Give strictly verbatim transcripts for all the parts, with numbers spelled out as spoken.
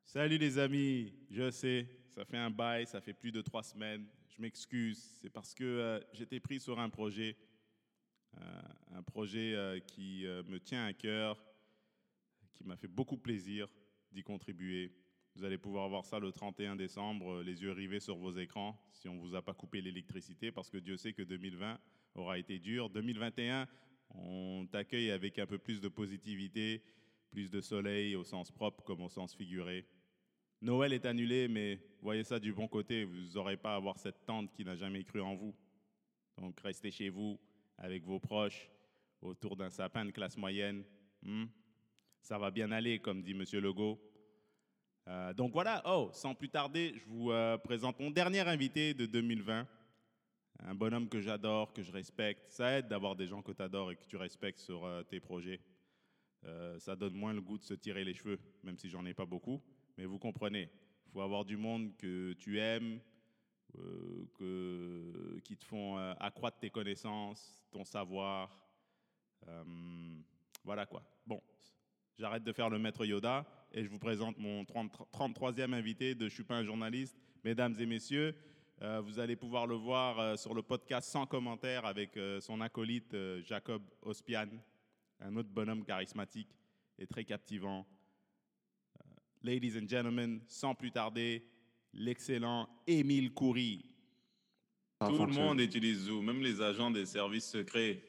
Salut les amis, je sais, ça fait un bail, ça fait plus de trois semaines. Je m'excuse, c'est parce que euh, j'étais pris sur un projet, euh, un projet euh, qui euh, me tient à cœur, qui m'a fait beaucoup plaisir d'y contribuer. Vous allez pouvoir voir ça le trente et un décembre, euh, les yeux rivés sur vos écrans, si on ne vous a pas coupé l'électricité, parce que Dieu sait que deux mille vingt aura été dur. deux mille vingt et un, on t'accueille avec un peu plus de positivité, plus de soleil au sens propre comme au sens figuré. Noël est annulé, mais voyez ça du bon côté, vous n'aurez pas à avoir cette tante qui n'a jamais cru en vous. Donc restez chez vous, avec vos proches, autour d'un sapin de classe moyenne. Hmm? Ça va bien aller, comme dit Monsieur Legault. Euh, donc voilà, oh, sans plus tarder, je vous euh, présente mon dernier invité de deux mille vingt. Un bonhomme que j'adore, que je respecte. Ça aide d'avoir des gens que tu adores et que tu respectes sur euh, tes projets. Euh, ça donne moins le goût de se tirer les cheveux, même si j'en ai pas beaucoup. Mais vous comprenez, il faut avoir du monde que tu aimes, euh, que, qui te font euh, accroître tes connaissances, ton savoir. Euh, voilà quoi. Bon, j'arrête de faire le maître Yoda et je vous présente mon trente-troisième invité de Je suis pas un journaliste. Mesdames et messieurs, euh, vous allez pouvoir le voir euh, sur le podcast Sans commentaire avec euh, son acolyte euh, Jacob Ospian, un autre bonhomme charismatique et très captivant. Ladies and gentlemen, sans plus tarder, l'excellent Émile Coury. Ça Tout le fonctionne. monde utilise Zoom, même les agents des services secrets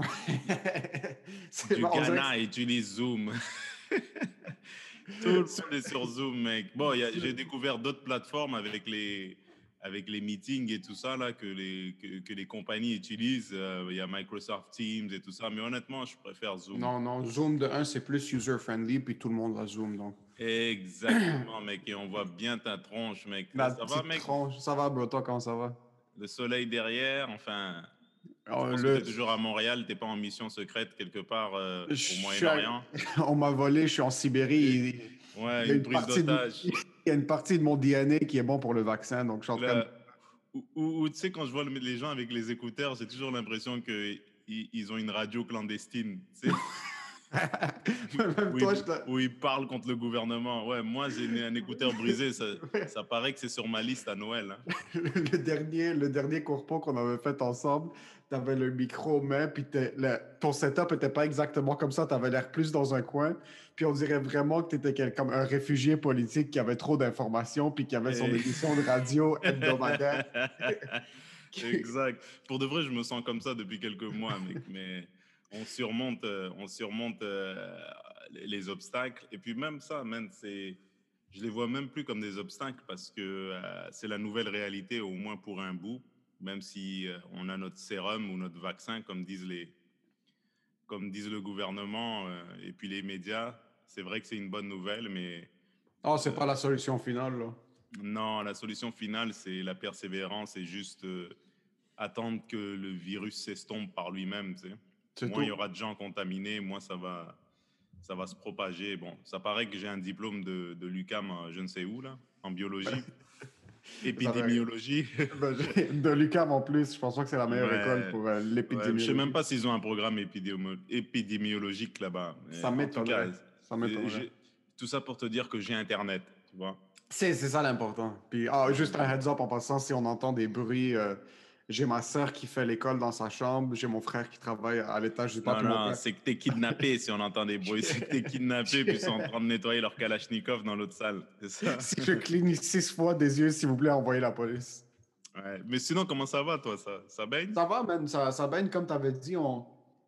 C'est du bon, on dirait Ghana utilisent Zoom. Tout le que monde est sur Zoom, mec. Bon, y a- j'ai découvert d'autres plateformes avec les, avec les meetings et tout ça là, que, les, que, que les compagnies utilisent. Euh, Il y a Microsoft Teams et tout ça, mais honnêtement, je préfère Zoom. Non, non, Zoom de un, c'est plus user-friendly, puis tout le monde va Zoom, donc. Exactement, mec. Et on voit bien ta tronche, mec. La Ça va, petite mec? tronche, ça va, bro, toi, comment ça va? Le soleil derrière, enfin. Je Alors, pense que tu là, es toujours à Montréal, tu n'es pas en mission secrète quelque part euh, je au suis à- Moyen-Orient. on m'a volé, je suis en Et- Sibérie, il il Ouais, y a une une prise partie de, d'otage. il y a une partie de mon D N A qui est bon pour le vaccin, donc je suis en train de... Là, Ou, ou- ou, tu sais, quand je vois le- les gens avec les écouteurs, j'ai toujours l'impression qu'ils ils ont une radio clandestine, tu sais, Même où, toi, ils, je te- où ils parlent contre le gouvernement. Ouais, moi, j'ai une- un écouteur brisé, ça, ça paraît que c'est sur ma liste à Noël, hein. le dernier, le dernier corpo qu'on avait fait ensemble, t'avais le micro aux mains, puis t'es- le- ton setup était pas exactement comme ça, t'avais l'air plus dans un coin, puis on dirait vraiment que t'étais quel- comme un réfugié politique qui avait trop d'informations, puis qui avait son Et- émission de radio hebdomadaire. Exact. Pour de vrai, je me sens comme ça depuis quelques mois, mec. Mais on surmonte, euh, on surmonte euh, les, les obstacles. Et puis même ça, man, c'est, je les vois même plus comme des obstacles parce que euh, c'est la nouvelle réalité, au moins pour un bout. Même si euh, on a notre sérum ou notre vaccin, comme disent les, comme disent le gouvernement euh, et puis les médias, c'est vrai que c'est une bonne nouvelle, mais Oh, c'est pas la solution finale, là. non, la solution finale, c'est la persévérance et juste euh, attendre que le virus s'estompe par lui-même, tu sais. C'est Moins il y tout. aura de gens contaminés, moins ça va, ça va se propager. Bon, ça paraît que j'ai un diplôme de, de l'UQAM, euh, je ne sais où, là, en biologie, Ça avait- épidémiologie. ben, j'ai- De l'UQAM en plus, je pense pas que c'est la meilleure école Ouais, pour euh, ouais, je sais même l'épidémiologie. pas s'ils ont un programme épidémo- épidémiologique là-bas. Mais Ça en tout cas, m'étonnerait. Ça euh, m'étonnerait. j'ai- tout ça pour te dire que j'ai Internet, tu vois. C'est c'est ça l'important. Puis, ah, juste un Ouais. heads up en passant, si on entend des bruits, euh, j'ai ma sœur qui fait l'école dans sa chambre, j'ai mon frère qui travaille à l'étage du pas, Non, puis mon non, père. c'est que t'es kidnappé si on entend des bruits. C'est que t'es kidnappé puis ils sont en train de nettoyer leur Kalachnikov dans l'autre salle. C'est ça. Si je cligne six fois des yeux, s'il vous plaît, envoyez la police. Ouais. Mais sinon, comment ça va, toi? Ça, ça baigne? Ça va, man, ça, ça baigne, comme tu avais dit, on...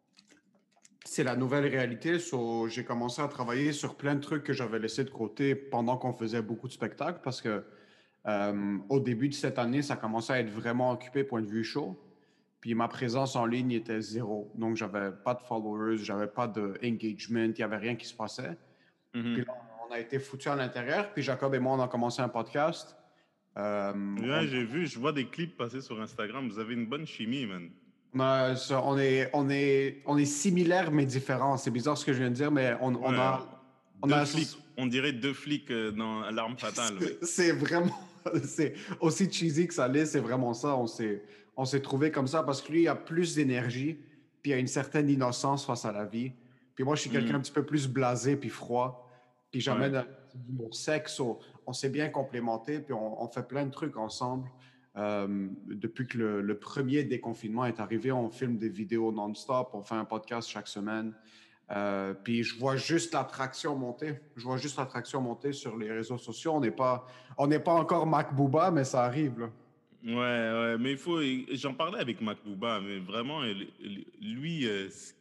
c'est la nouvelle réalité. So, j'ai commencé à travailler sur plein de trucs que j'avais laissés de côté pendant qu'on faisait beaucoup de spectacles parce que euh, au début de cette année, ça commençait à être vraiment occupé point de vue show. Puis ma présence en ligne était zéro. Donc, j'avais pas de followers, j'avais pas d'engagement, il y avait rien qui se passait. Puis Mhm. là, on a été foutus à l'intérieur. Puis Jacob et moi, on a commencé un podcast. Euh, Ouais, on, j'ai vu, je vois des clips passer sur Instagram. Vous avez une bonne chimie, man. on a- ça, on est, on est, on est similaires mais différents. C'est bizarre ce que je viens de dire, mais on, on Ouais. a, on Deux a, flics, on dirait deux flics euh, dans L'arme fatale, mec. c'est c'est vraiment, c'est aussi cheesy que ça l'est. C'est vraiment ça. On s'est, on s'est trouvé comme ça parce que lui, il a plus d'énergie, puis il a une certaine innocence face à la vie. Puis moi, je suis quelqu'un un Mhm. petit peu plus blasé puis froid. Puis Ouais. j'amène un petit humour sexe. On, on s'est bien complémentés, puis on, on fait plein de trucs ensemble. Euh, depuis que le, le premier déconfinement est arrivé, on filme des vidéos non-stop, on fait un podcast chaque semaine. Euh, puis je vois juste l'attraction monter. Je vois juste l'attraction monter sur les réseaux sociaux. On n'est pas, on n'est pas encore Mac Booba, mais ça arrive, là. Ouais, ouais, mais il faut. J'en parlais avec Mac Bouba, mais vraiment, il- il- lui, euh, c-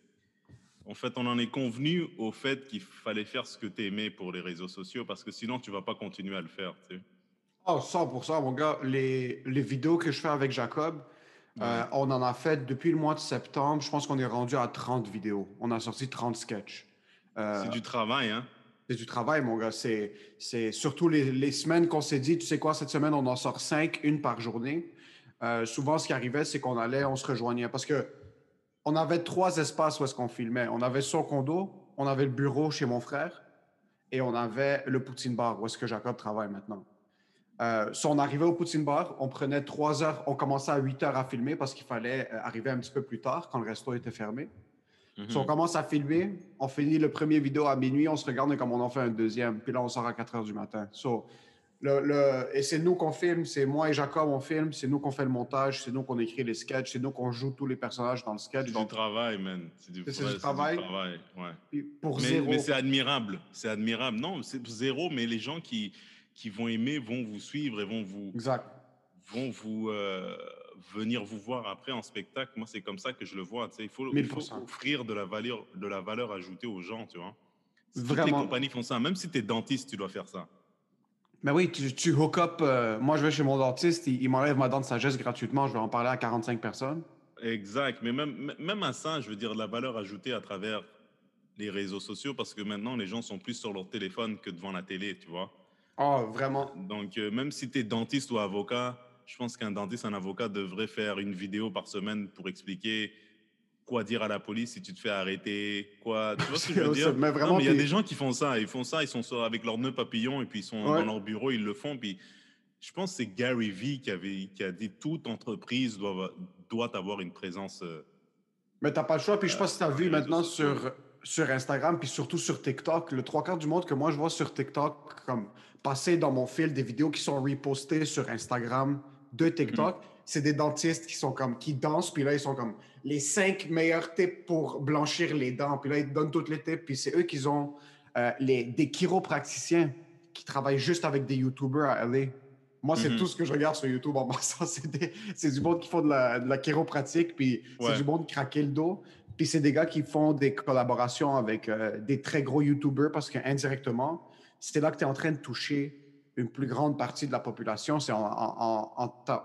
en fait, on en est convenu au fait qu'il fallait faire ce que tu aimais pour les réseaux sociaux, parce que sinon, tu vas pas continuer à le faire, tu sais. Oh, cent pour cent, mon gars. Les, les vidéos que je fais avec Jacob, euh, Ouais. on en a fait depuis le mois de septembre. Je pense qu'on est rendu à trente vidéos. On a sorti trente sketchs. C'est Euh, du travail, hein? c'est du travail, mon gars. C'est, c'est surtout les, les semaines qu'on s'est dit, tu sais quoi, cette semaine, on en sort cinq, une par journée. Euh, souvent, ce qui arrivait, c'est qu'on allait, on se rejoignait. Parce que on avait trois espaces où est-ce qu'on filmait. On avait son condo, on avait le bureau chez mon frère et on avait le Poutine Bar où est-ce que Jacob travaille maintenant. Euh, si on arrivait au Poutine Bar, on prenait trois heures, on commençait à huit heures à filmer parce qu'il fallait euh, arriver un petit peu plus tard quand le resto était fermé. Si on Mhm. commence à filmer, on finit le premier vidéo à minuit, on se regarde comme on en fait un deuxième, puis là on sort à quatre heures du matin. So, le, le, et c'est nous qu'on filme, c'est moi et Jacob on filme, c'est nous qu'on fait le montage, c'est nous qu'on écrit les sketchs, c'est nous qu'on joue tous les personnages dans le sketch. C'est du Donc, travail, man. C'est du c'est du vrai, c'est du travail, travail, ouais. puis pour Mais, mais zéro. c'est admirable, c'est admirable. Non, c'est zéro, mais les gens qui, qui vont aimer vont vous suivre et vont vous, Exact. vont vous euh, venir vous voir après en spectacle. Moi, c'est comme ça que je le vois. Tu sais, il faut, il mille pour faut cent. offrir de la valeur, de la valeur ajoutée aux gens, tu vois. Toutes les Vraiment. compagnies font ça. Même si tu es dentiste, tu dois faire ça. Mais oui, tu, tu hook up. Euh, moi, je vais chez mon dentiste, il, il m'enlève ma dent de sagesse gratuitement. Je vais en parler à quarante-cinq personnes. Exact. Mais même, même à ça, je veux dire de la valeur ajoutée à travers les réseaux sociaux parce que maintenant, les gens sont plus sur leur téléphone que devant la télé, tu vois. Oh, vraiment. Donc, euh, même si tu es dentiste ou avocat, je pense qu'un dentiste, un avocat devrait faire une vidéo par semaine pour expliquer quoi dire à la police si tu te fais arrêter, quoi. Tu vois ce que je veux dire? Mais Non, vraiment, mais il y a des puis. gens qui font ça. Ils font ça, ils sont sur- avec leur nœud papillon et puis ils sont dans Ouais. leur bureau, ils le font. Puis je pense que c'est Gary Vee qui, avait, qui a dit toute entreprise doit, doit avoir une présence euh, Mais t'as pas le choix. Puis je sais pas si t'as sur les vu réseaux maintenant sociaux. sur, sur Instagram, puis surtout sur TikTok, le trois quarts du monde que moi je vois sur TikTok, comme passer dans mon fil des vidéos qui sont repostées sur Instagram de Mhm. TikTok, c'est des dentistes qui sont comme, qui dansent, puis là ils sont comme les cinq meilleurs tips pour blanchir les dents. Puis là ils te donnent toutes les tips, puis c'est eux qui ont euh, les, des chiropraticiens qui travaillent juste avec des YouTubers à L A. Moi, c'est tout Mhm. ce que je regarde sur YouTube en passant. C'est, des, c'est du monde qui font de la, de la chiropratique, puis c'est Ouais. du monde qui craquait le dos. Puis c'est des gars qui font des collaborations avec euh, des très gros YouTubers parce qu'indirectement, c'est là que tu es en train de toucher une plus grande partie de la population. C'est en, en, en, en,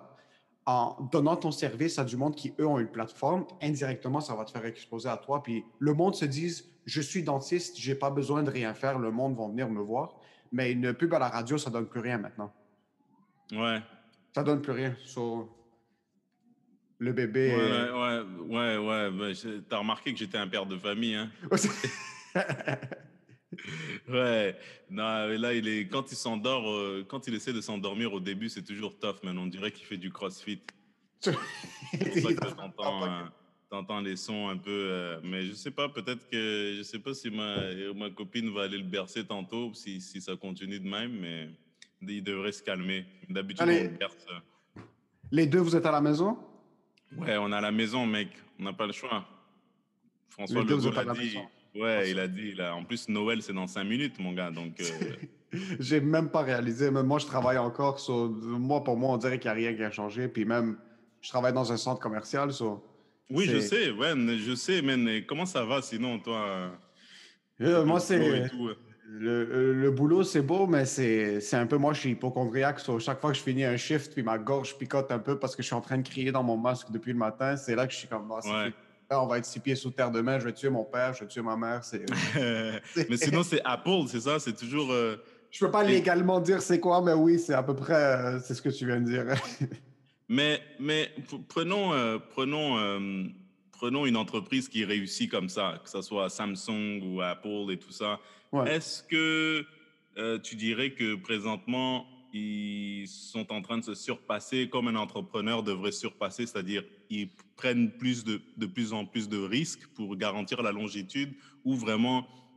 en donnant ton service à du monde qui, eux, ont une plateforme. Indirectement, ça va te faire exposer à toi. Puis le monde se dise, je suis dentiste, j'ai pas besoin de rien faire, le monde va venir me voir. Mais une pub à la radio, ça donne plus rien maintenant. Ouais. Ça donne plus rien. So, le bébé Ouais, ouais, est... ouais, ouais, ouais. Ouais. Je- T'as remarqué que j'étais un père de famille, hein? Ouais. Non, mais là, il est quand il s'endort, euh, quand il essaie de s'endormir au début, c'est toujours tough, man. On dirait qu'il fait du CrossFit. C'est pour ça que t'entends, euh, t'entends les sons un peu. euh, mais je sais pas, peut-être que je sais pas si ma, ma copine va aller le bercer tantôt, si, si ça continue de même, mais il devrait se calmer. D'habitude, on le Allez, berce. euh. les deux, vous êtes à la maison? Ouais, on a la maison, mec. On n'a pas le choix. Les François deux, vous Legault êtes à l'a la maison. dit. Ouais, il Awesome. a dit. Là. En plus, Noël, c'est dans cinq minutes, mon gars. Donc, euh, J'ai même pas réalisé. Même moi, je travaille encore. So, moi, pour moi, on dirait qu'il n'y a rien qui a changé. Puis même, je travaille dans un centre commercial. So, oui, je c'est... sais, ouais, je sais, mais comment ça va sinon, toi, euh, Euh, avec le moi, boulot et c'est... tout? Le, le boulot, c'est beau, mais c'est, c'est un peu... Moi, je suis hypochondriaque. So, chaque fois que je finis un shift, puis ma gorge picote un peu parce que je suis en train de crier dans mon masque depuis le matin, c'est là que je suis comme, ah, c'est Ouais. fini. Là, on va être six pieds sous terre demain. Je vais tuer mon père, je vais tuer ma mère. C'est... Mais sinon, c'est- c'est Apple, c'est ça? C'est toujours. euh, Je peux pas et- légalement dire c'est quoi, mais oui, c'est à peu près... euh, c'est ce que tu viens de dire. Mais, mais p- prenons, euh, prenons, euh, prenons une entreprise qui réussit comme ça, que ce soit Samsung ou Apple et tout ça. Ouais. Est-ce que euh, tu dirais que présentement, ils sont en train de se surpasser comme un entrepreneur devrait surpasser, c'est-à-dire ils prennent plus de, de plus en plus de risques pour garantir la longitude ou vraiment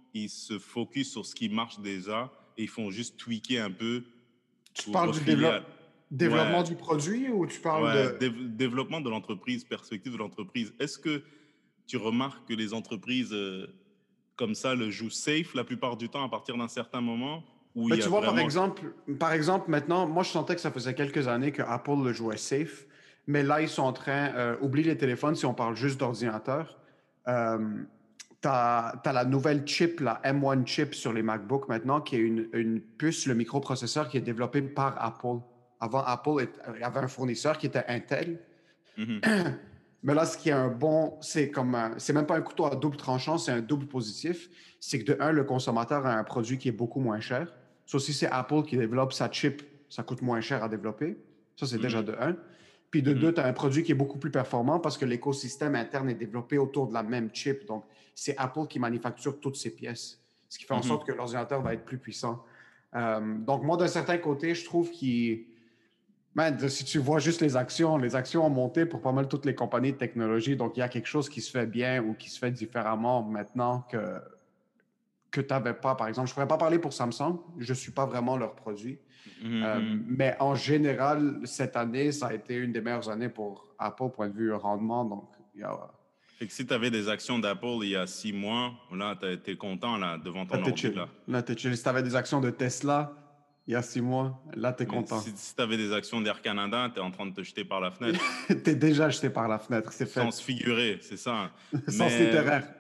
ils se focus sur ce qui marche déjà et ils font juste tweaker un peu. Tu parles du développe... développement ouais. du produit ou tu parles ouais, de... Dé développement de l'entreprise, perspective de l'entreprise. Est-ce que tu remarques que les entreprises euh, comme ça le jouent safe la plupart du temps à partir d'un certain moment où Mais il y tu a vois, vraiment... par exemple, par exemple, maintenant, moi, je sentais que ça faisait quelques années que Apple le jouait safe, mais là, ils sont en train... Euh, oublie les téléphones si on parle juste d'ordinateur. Euh, tu as la nouvelle chip, la M un chip sur les MacBooks maintenant, qui est une, une puce, le microprocesseur qui est développé par Apple. Avant, Apple avait un fournisseur qui était Intel. Mm-hmm. Mais là, ce qui est un bon, c'est comme, c'est même pas un couteau à double tranchant, c'est un double positif. C'est que de un, le consommateur a un produit qui est beaucoup moins cher. Ça aussi, c'est Apple qui développe sa chip, ça coûte moins cher à développer. Ça, c'est mm-hmm. déjà de un. Puis de mm-hmm. deux, tu as un produit qui est beaucoup plus performant parce que l'écosystème interne est développé autour de la même chip. Donc, c'est Apple qui manufacture toutes ces pièces, ce qui fait en mm-hmm. sorte que l'ordinateur va être plus puissant. Euh, donc, moi, d'un certain côté, je trouve qu'il... Man, si tu vois juste les actions, les actions ont monté pour pas mal toutes les compagnies de technologie. Donc, il y a quelque chose qui se fait bien ou qui se fait différemment maintenant que, que tu n'avais pas. Par exemple, je ne pourrais pas parler pour Samsung. Je ne suis pas vraiment leur produit. Mm-hmm. Euh, mais en général, cette année, ça a été une des meilleures années pour Apple, point de vue rendement. Donc, yeah. Et que si tu avais des actions d'Apple il y a six mois, là, tu es content là, devant ton là, ordi. Là, là tu es chill. Si tu avais des actions de Tesla il y a six mois, là, tu es content. Si, si tu avais des actions d'Air Canada, tu es en train de te jeter par la fenêtre. Tu es déjà jeté par la fenêtre, c'est fait. Sans se figurer, c'est ça. Sens Mais... littéraire.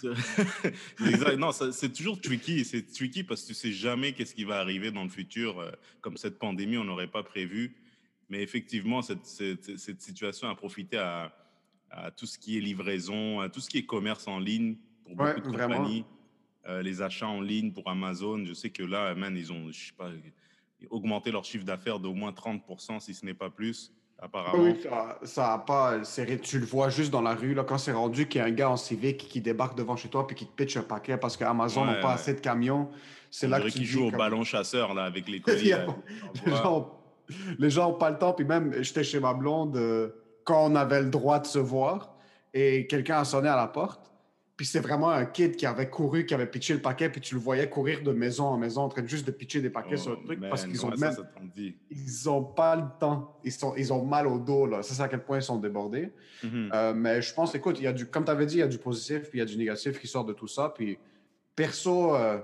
Exact. Non, c'est toujours tricky. C'est tricky parce que tu sais jamais qu'est-ce qui va arriver dans le futur. Comme cette pandémie, on n'aurait pas prévu. Mais effectivement, cette, cette, cette situation a profité à, à tout ce qui est livraison, à tout ce qui est commerce en ligne pour beaucoup ouais, de vraiment. compagnies. Euh, les achats en ligne pour Amazon. Je sais que là, man, ils ont, je sais pas, augmenté leur chiffre d'affaires d'au moins trente pour cent, si ce n'est pas plus. Apparemment. Oui, ça, ça a pas. Tu le vois juste dans la rue, là, quand c'est rendu qu'il y a un gars en civique qui débarque devant chez toi puis qui te pitch un paquet parce qu'Amazon n'a ouais, pas ouais. assez de camions. C'est là que tu qu'il joue au comme... ballon chasseur là, avec les colis. a... les, gens, les gens n'ont pas le temps. Puis même, j'étais chez ma blonde euh, quand on avait le droit de se voir et quelqu'un a sonné à la porte. Puis c'est vraiment un kid qui avait couru, qui avait pitché le paquet, puis tu le voyais courir de maison en maison en train de juste de pitcher des paquets oh, sur le truc man, parce qu'ils ont même... ça, ils ont pas le temps. Ils, sont, ils ont mal au dos, là. Ça, c'est à quel point ils sont débordés. Mm-hmm. euh, mais je pense, écoute, il y a du, comme tu avais dit, il y a du positif, puis il y a du négatif qui sort de tout ça. Puis perso, euh,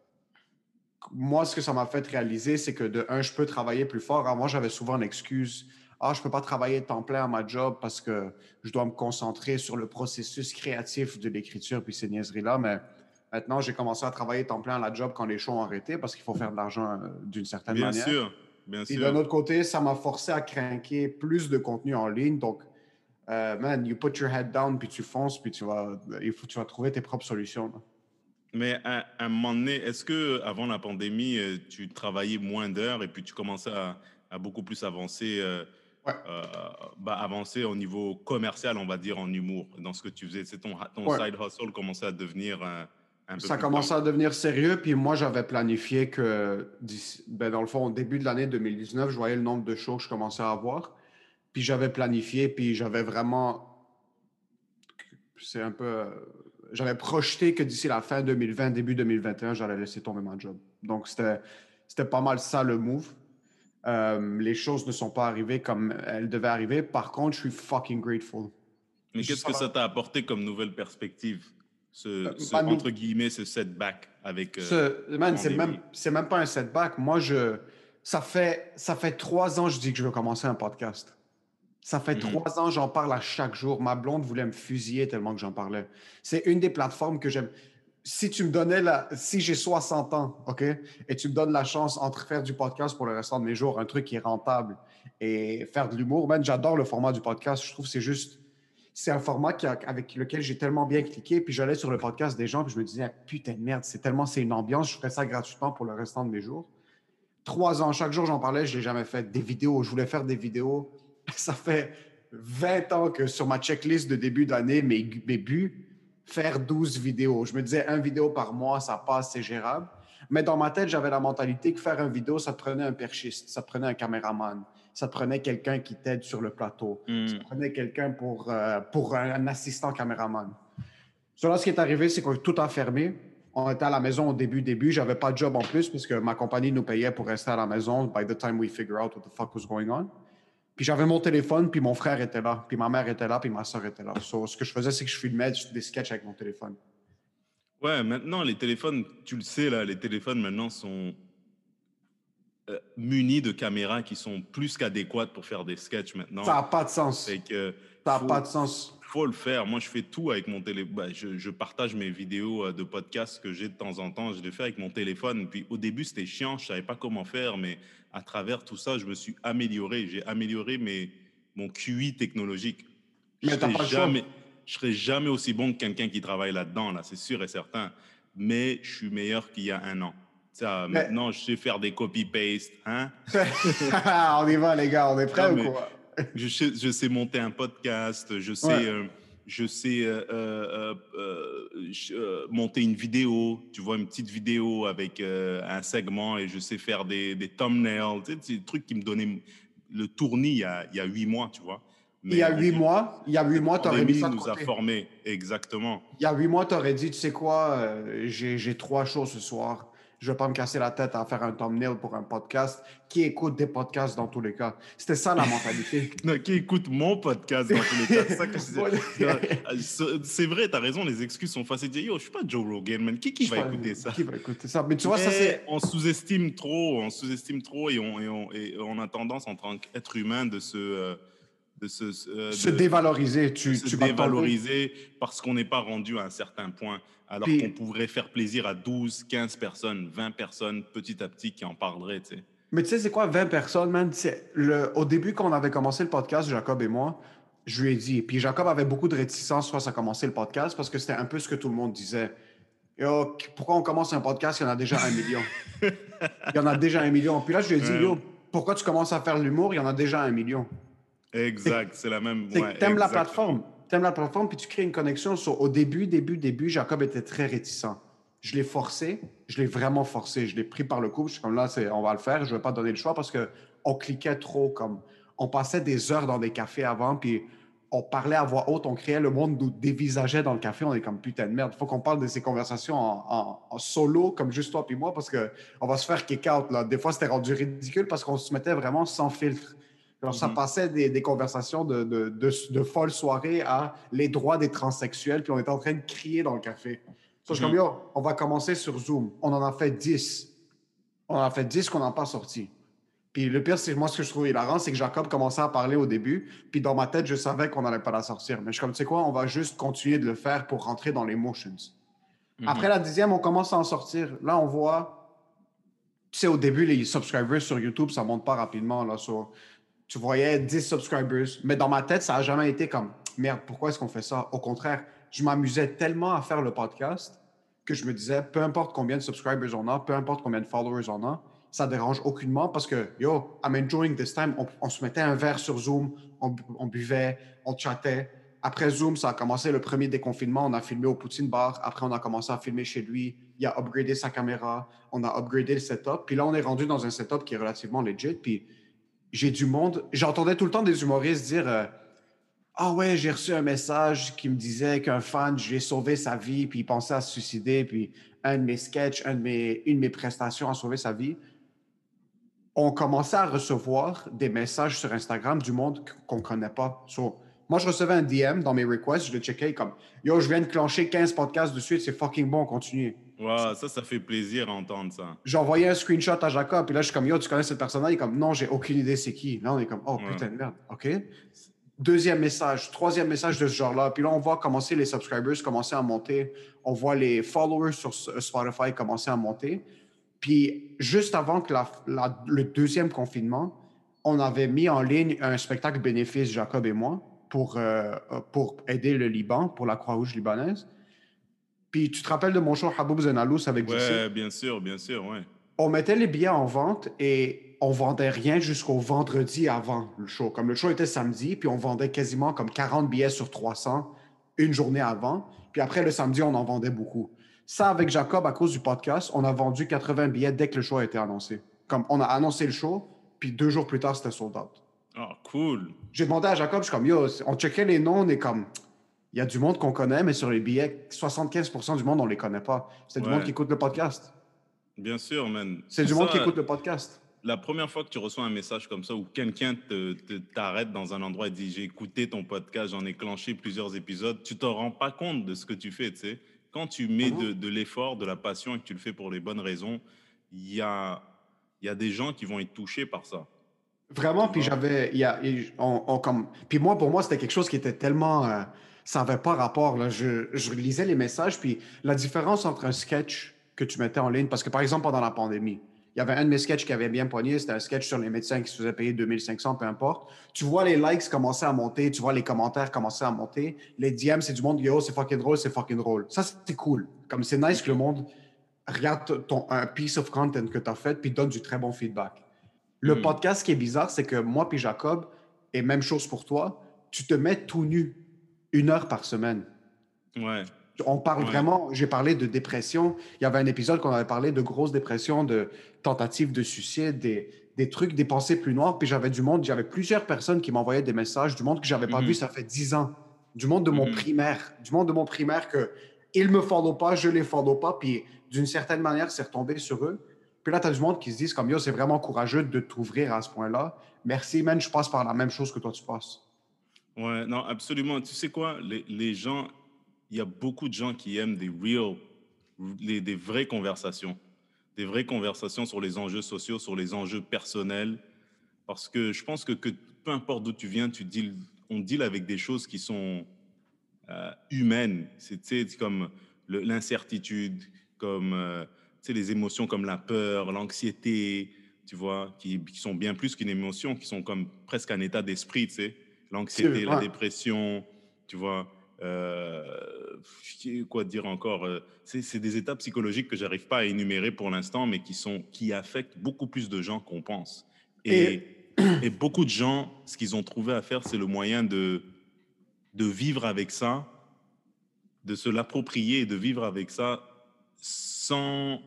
moi, ce que ça m'a fait réaliser, c'est que de un, je peux travailler plus fort. Alors, moi, j'avais souvent l'excuse... Ah, je ne peux pas travailler temps plein à ma job parce que je dois me concentrer sur le processus créatif de l'écriture puis ces niaiseries-là. Mais maintenant, j'ai commencé à travailler temps plein à la job quand les shows ont arrêté parce qu'il faut faire de l'argent euh, d'une certaine bien manière. Sûr, bien sûr. Et d'un autre côté, ça m'a forcé à craquer plus de contenu en ligne. Donc, euh, man, you put your head down puis tu fonces puis tu vas, il faut, tu vas trouver tes propres solutions. Là. Mais à, à un moment donné, est-ce qu'avant la pandémie, tu travaillais moins d'heures et puis tu commençais à, à beaucoup plus avancer euh, Ouais. Euh, bah, avancer au niveau commercial, on va dire, en humour, dans ce que tu faisais. C'est ton, ton ouais. side hustle commençait à devenir un, un peu Ça plus commençait grand. à devenir sérieux, puis moi, j'avais planifié que, ben, dans le fond, au début de l'année deux mille dix-neuf, je voyais le nombre de shows que je commençais à avoir, puis j'avais planifié, puis j'avais vraiment... C'est un peu... J'avais projeté que d'ici la fin deux mille vingt, début deux mille vingt et un, j'allais laisser tomber ma job. Donc, c'était, c'était pas mal ça, le move. Euh, les choses ne sont pas arrivées comme elles devaient arriver. Par contre, je suis fucking grateful. Mais qu'est-ce que ça t'a apporté comme nouvelle perspective, ce, euh, ce entre guillemets, ce setback avec euh, ce, man, c'est même, c'est même pas un setback. Moi, je, ça fait, ça fait trois ans que je dis que je veux commencer un podcast. Ça fait mm-hmm. trois ans, j'en parle à chaque jour. Ma blonde voulait me fusiller tellement que j'en parlais. C'est une des plateformes que j'aime. Si tu me donnais la... Si j'ai soixante ans, OK, et tu me donnes la chance entre faire du podcast pour le restant de mes jours, un truc qui est rentable, et faire de l'humour, man, j'adore le format du podcast. Je trouve que c'est juste... C'est un format qui a... avec lequel j'ai tellement bien cliqué, puis j'allais sur le podcast des gens, puis je me disais, putain de merde, c'est tellement... C'est une ambiance, je ferais ça gratuitement pour le restant de mes jours. Trois ans, chaque jour, j'en parlais, je l'ai jamais fait. Des vidéos, je voulais faire des vidéos. Ça fait vingt ans que sur ma checklist de début d'année, mes, mes buts... faire douze vidéos. Je me disais, un vidéo par mois, ça passe, c'est gérable. Mais dans ma tête, j'avais la mentalité que faire une vidéo, ça te prenait un perchiste, ça te prenait un caméraman, ça te prenait quelqu'un qui t'aide sur le plateau, mm. ça te prenait quelqu'un pour, euh, pour un, un assistant caméraman. Cela, ce qui est arrivé, c'est que tout a fermé. On était à la maison au début, début. J'avais pas de job en plus parce que ma compagnie nous payait pour rester à la maison by the time we figure out what the fuck was going on. Puis j'avais mon téléphone, puis mon frère était là, puis ma mère était là, puis ma soeur était là. So, ce que je faisais, c'est que je filmais des sketchs avec mon téléphone. Ouais, maintenant, les téléphones, tu le sais, là, les téléphones maintenant sont euh, munis de caméras qui sont plus qu'adéquates pour faire des sketchs maintenant. Ça n'a pas de sens. Fait que Ça n'a faut- pas de sens. faut le faire. Moi, je fais tout avec mon téléphone. Bah, je, je partage mes vidéos euh, de podcast que j'ai de temps en temps. Je les fais avec mon téléphone. Puis au début, c'était chiant. Je savais pas comment faire, mais à travers tout ça, je me suis amélioré. J'ai amélioré mes, mon Q I technologique. Mais Je t'as serai pas le choix. jamais, je serai jamais aussi bon que quelqu'un qui travaille là-dedans, là, c'est sûr et certain. Mais je suis meilleur qu'il y a un an. Ça, Mais- maintenant, je sais faire des copy-paste. Hein? On y va, les gars. On est prêts Non, ou mais- quoi? Je sais, je sais monter un podcast, je sais, Ouais. euh, je sais euh, euh, euh, je- euh, monter une vidéo, tu vois, une petite vidéo avec euh, un segment et je sais faire des, des thumbnails, tu sais, c'est des trucs qui me donnaient le tournis il y a, il y a huit mois, tu vois. Il y a Mais huit on- mois, il y a huit mois, la t'aurais mis pandémie ça de nous a côté. formés, exactement. Il y a huit mois, t'aurais dit, tu sais quoi, euh, j'ai j'ai trois shows ce soir. Je vais pas me casser la tête à faire un thumbnail pour un podcast. Qui écoute des podcasts dans tous les cas? C'était ça la mentalité. Non, qui écoute mon podcast dans tous les cas. C'est ça que je disais. Ouais. Non, c'est- c'est vrai, t'as raison, les excuses sont faciles. Yo, je suis pas Joe Rogan, man. Qui, qui Je va sais pas, écouter ça? Qui va écouter ça? Mais tu vois, ça Mais c'est. on sous-estime trop, on sous-estime trop et on, et on, et on a tendance en tant qu'être humain de se, euh, de se, euh, Se de- dévaloriser. de Tu, se tu vas tomber. dévaloriser parce qu'on n'est pas rendu à un certain point, alors Puis- qu'on pourrait faire plaisir à douze, quinze personnes, vingt personnes petit à petit qui en parleraient, tu sais. Mais tu sais, c'est quoi, vingt personnes, man? C'est le... Au début, quand on avait commencé le podcast, Jacob et moi, je lui ai dit. Puis Jacob avait beaucoup de réticence face à commencer le podcast parce que c'était un peu ce que tout le monde disait. Yo, pourquoi on commence un podcast? Il y en a déjà un million. Il y en a déjà un million. Puis là, je lui ai dit, Ouais. yo, pourquoi tu commences à faire l'humour? Il y en a déjà un million. Exact, c'est la même. C'est ouais, que t'aimes la exactement. plateforme. T'aimes la plateforme, puis tu crées une connexion. Sur- au début, début, début, Jacob était très réticent. Je l'ai forcé. Je l'ai vraiment forcé. Je l'ai pris par le cou. Je suis comme là, c'est, on va le faire. Je vais pas donner le choix parce que on cliquait trop. Comme on passait des heures dans des cafés avant, puis on parlait à voix haute. On créait le monde nous dévisageait dans le café. On est comme putain de merde. Il faut qu'on parle de ces conversations en, en- en solo, comme juste toi puis moi, parce que on va se faire kick out. Là. Des fois, c'était rendu ridicule parce qu'on se mettait vraiment sans filtre. Alors, ça Mhm. passait des, des conversations de, de, de, de folles soirées à les droits des transsexuels, puis on était en train de crier dans le café. So, je suis Mhm. comme, yo, on va commencer sur Zoom. On en a fait dix. On en a fait dix qu'on n'a pas sorti. Puis le pire, c'est moi, ce que je trouve hilarant, c'est que Jacob commençait à parler au début, puis dans ma tête, je savais qu'on n'allait pas la sortir. Mais je suis comme, tu sais quoi, on va juste continuer de le faire pour rentrer dans les motions. Mhm. Après la dixième, on commence à en sortir. Là, on voit, tu sais, au début, les subscribers sur YouTube, ça monte pas rapidement. Là, so, tu voyais dix subscribers. Mais dans ma tête, ça n'a jamais été comme, merde, pourquoi est-ce qu'on fait ça? Au contraire, je m'amusais tellement à faire le podcast que je me disais, peu importe combien de subscribers on a, peu importe combien de followers on a, ça dérange aucunement parce que, yo, I'm enjoying this time. On, on se mettait un verre sur Zoom, on, bu- on buvait, on chattait. Après Zoom, ça a commencé le premier déconfinement. On a filmé au Poutine Bar. Après, on a commencé à filmer chez lui. Il a upgradé sa caméra. On a upgradé le setup. Puis là, on est rendu dans un setup qui est relativement legit. Puis j'ai du monde. J'entendais tout le temps des humoristes dire euh, ah ouais, j'ai reçu un message qui me disait qu'un fan, j'ai sauvé sa vie, puis il pensait à se suicider, puis un de mes sketchs, un de mes, une de mes prestations a sauvé sa vie. On commençait à recevoir des messages sur Instagram du monde qu'on ne connaît pas. So, moi, je recevais un D M dans mes requests, je le checkais comme yo, je viens de clencher quinze podcasts de suite, c'est fucking bon, continue. Ouais, ça, ça fait plaisir à entendre ça. J'ai envoyé un screenshot à Jacob, puis là, je suis comme yo, tu connais cette personne-là? Il est comme non, j'ai aucune idée c'est qui. Là, on est comme oh Ouais. putain de merde, OK. Deuxième message, troisième message de ce genre-là. Puis là, on voit commencer les subscribers commencer à monter. On voit les followers sur Spotify commencer à monter. Puis juste avant que la, la- le deuxième confinement, on avait mis en ligne un spectacle bénéfice, Jacob et moi, pour, euh, pour aider le Liban, pour la Croix-Rouge libanaise. Puis tu te rappelles de mon show Haboub Zenalous avec J C? Ouais, bien sûr, bien sûr, ouais. On mettait les billets en vente et on vendait rien jusqu'au vendredi avant le show. Comme le show était samedi, puis on vendait quasiment comme quarante billets sur trois cents une journée avant. Puis après, le samedi, on en vendait beaucoup. Ça, avec Jacob, à cause du podcast, on a vendu quatre-vingts billets dès que le show a été annoncé. Comme on a annoncé le show, puis deux jours plus tard, c'était sold out. Ah, cool. J'ai demandé à Jacob, je suis comme, yo, on checkait les noms, on est comme, Il y a du monde qu'on connaît, mais sur les billets, soixante-quinze pour cent du monde, on ne les connaît pas. C'est du monde Ouais, qui écoute le podcast. bien sûr, man. C'est du monde qui Ça, écoute le podcast. la première fois que tu reçois un message comme ça où quelqu'un te, te- t'arrête dans un endroit et dit j'ai écouté ton podcast, j'en ai clenché plusieurs épisodes, tu t'en rends pas compte de ce que tu fais, tu sais. Quand tu mets Mhm. de, de l'effort, de la passion et que tu le fais pour les bonnes raisons, il y a, il y a des gens qui vont être touchés par ça, Vraiment, tu puis vois. j'avais, il y a, et on, on comme, puis moi, pour moi, c'était quelque chose qui était tellement, euh, ça n'avait pas rapport, là. Je, je lisais les messages, puis la différence entre un sketch que tu mettais en ligne, parce que par exemple, pendant la pandémie, il y avait un de mes sketchs qui avait bien pogné, c'était un sketch sur les médecins qui se faisaient payer deux mille cinq cents, peu importe. Tu vois les likes commencer à monter, tu vois les commentaires commencer à monter, les D M, c'est du monde, yo, c'est fucking drôle, c'est fucking drôle. Ça, c'est cool. Comme c'est nice que le monde regarde ton, un piece of content que tu as fait, puis donne du très bon feedback. Le Mhm. podcast, ce qui est bizarre, c'est que moi puis Jacob, et même chose pour toi, tu te mets tout nu une heure par semaine. Ouais, On parle ouais. vraiment, j'ai parlé de dépression. Il y avait un épisode qu'on avait parlé de grosse dépression, de tentatives de suicide, des, des trucs, des pensées plus noires. Puis j'avais du monde, j'avais plusieurs personnes qui m'envoyaient des messages, du monde que j'avais pas vu, Mhm. ça fait dix ans. Du monde de mon Mhm. primaire, du monde de mon primaire que ils me follow pas, je les follow pas. Puis d'une certaine manière, c'est retombé sur eux. Puis là, tu as du monde qui se disent comme yo, c'est vraiment courageux de t'ouvrir à ce point-là. Merci, man, je passe par la même chose que toi, tu passes. Ouais, non, absolument. Tu sais quoi, les, les gens, il y a beaucoup de gens qui aiment des real, les- des vraies conversations, des vraies conversations sur les enjeux sociaux, sur les enjeux personnels, parce que je pense que, que peu importe d'où tu viens, tu deals, on deal avec des choses qui sont euh, humaines. C'est, tu sais, comme le- l'incertitude, comme euh, tu sais, les émotions comme la peur, l'anxiété, tu vois, qui, qui sont bien plus qu'une émotion, qui sont comme presque un état d'esprit, tu sais. C'est L'anxiété, la ouais. dépression, tu vois. Euh, quoi dire encore euh, c'est, c'est des états psychologiques que j'arrive pas à énumérer pour l'instant, mais qui sont qui affectent beaucoup plus de gens qu'on pense. Et, Et et beaucoup de gens, ce qu'ils ont trouvé à faire, c'est le moyen de de vivre avec ça, de se l'approprier et de vivre avec ça sans,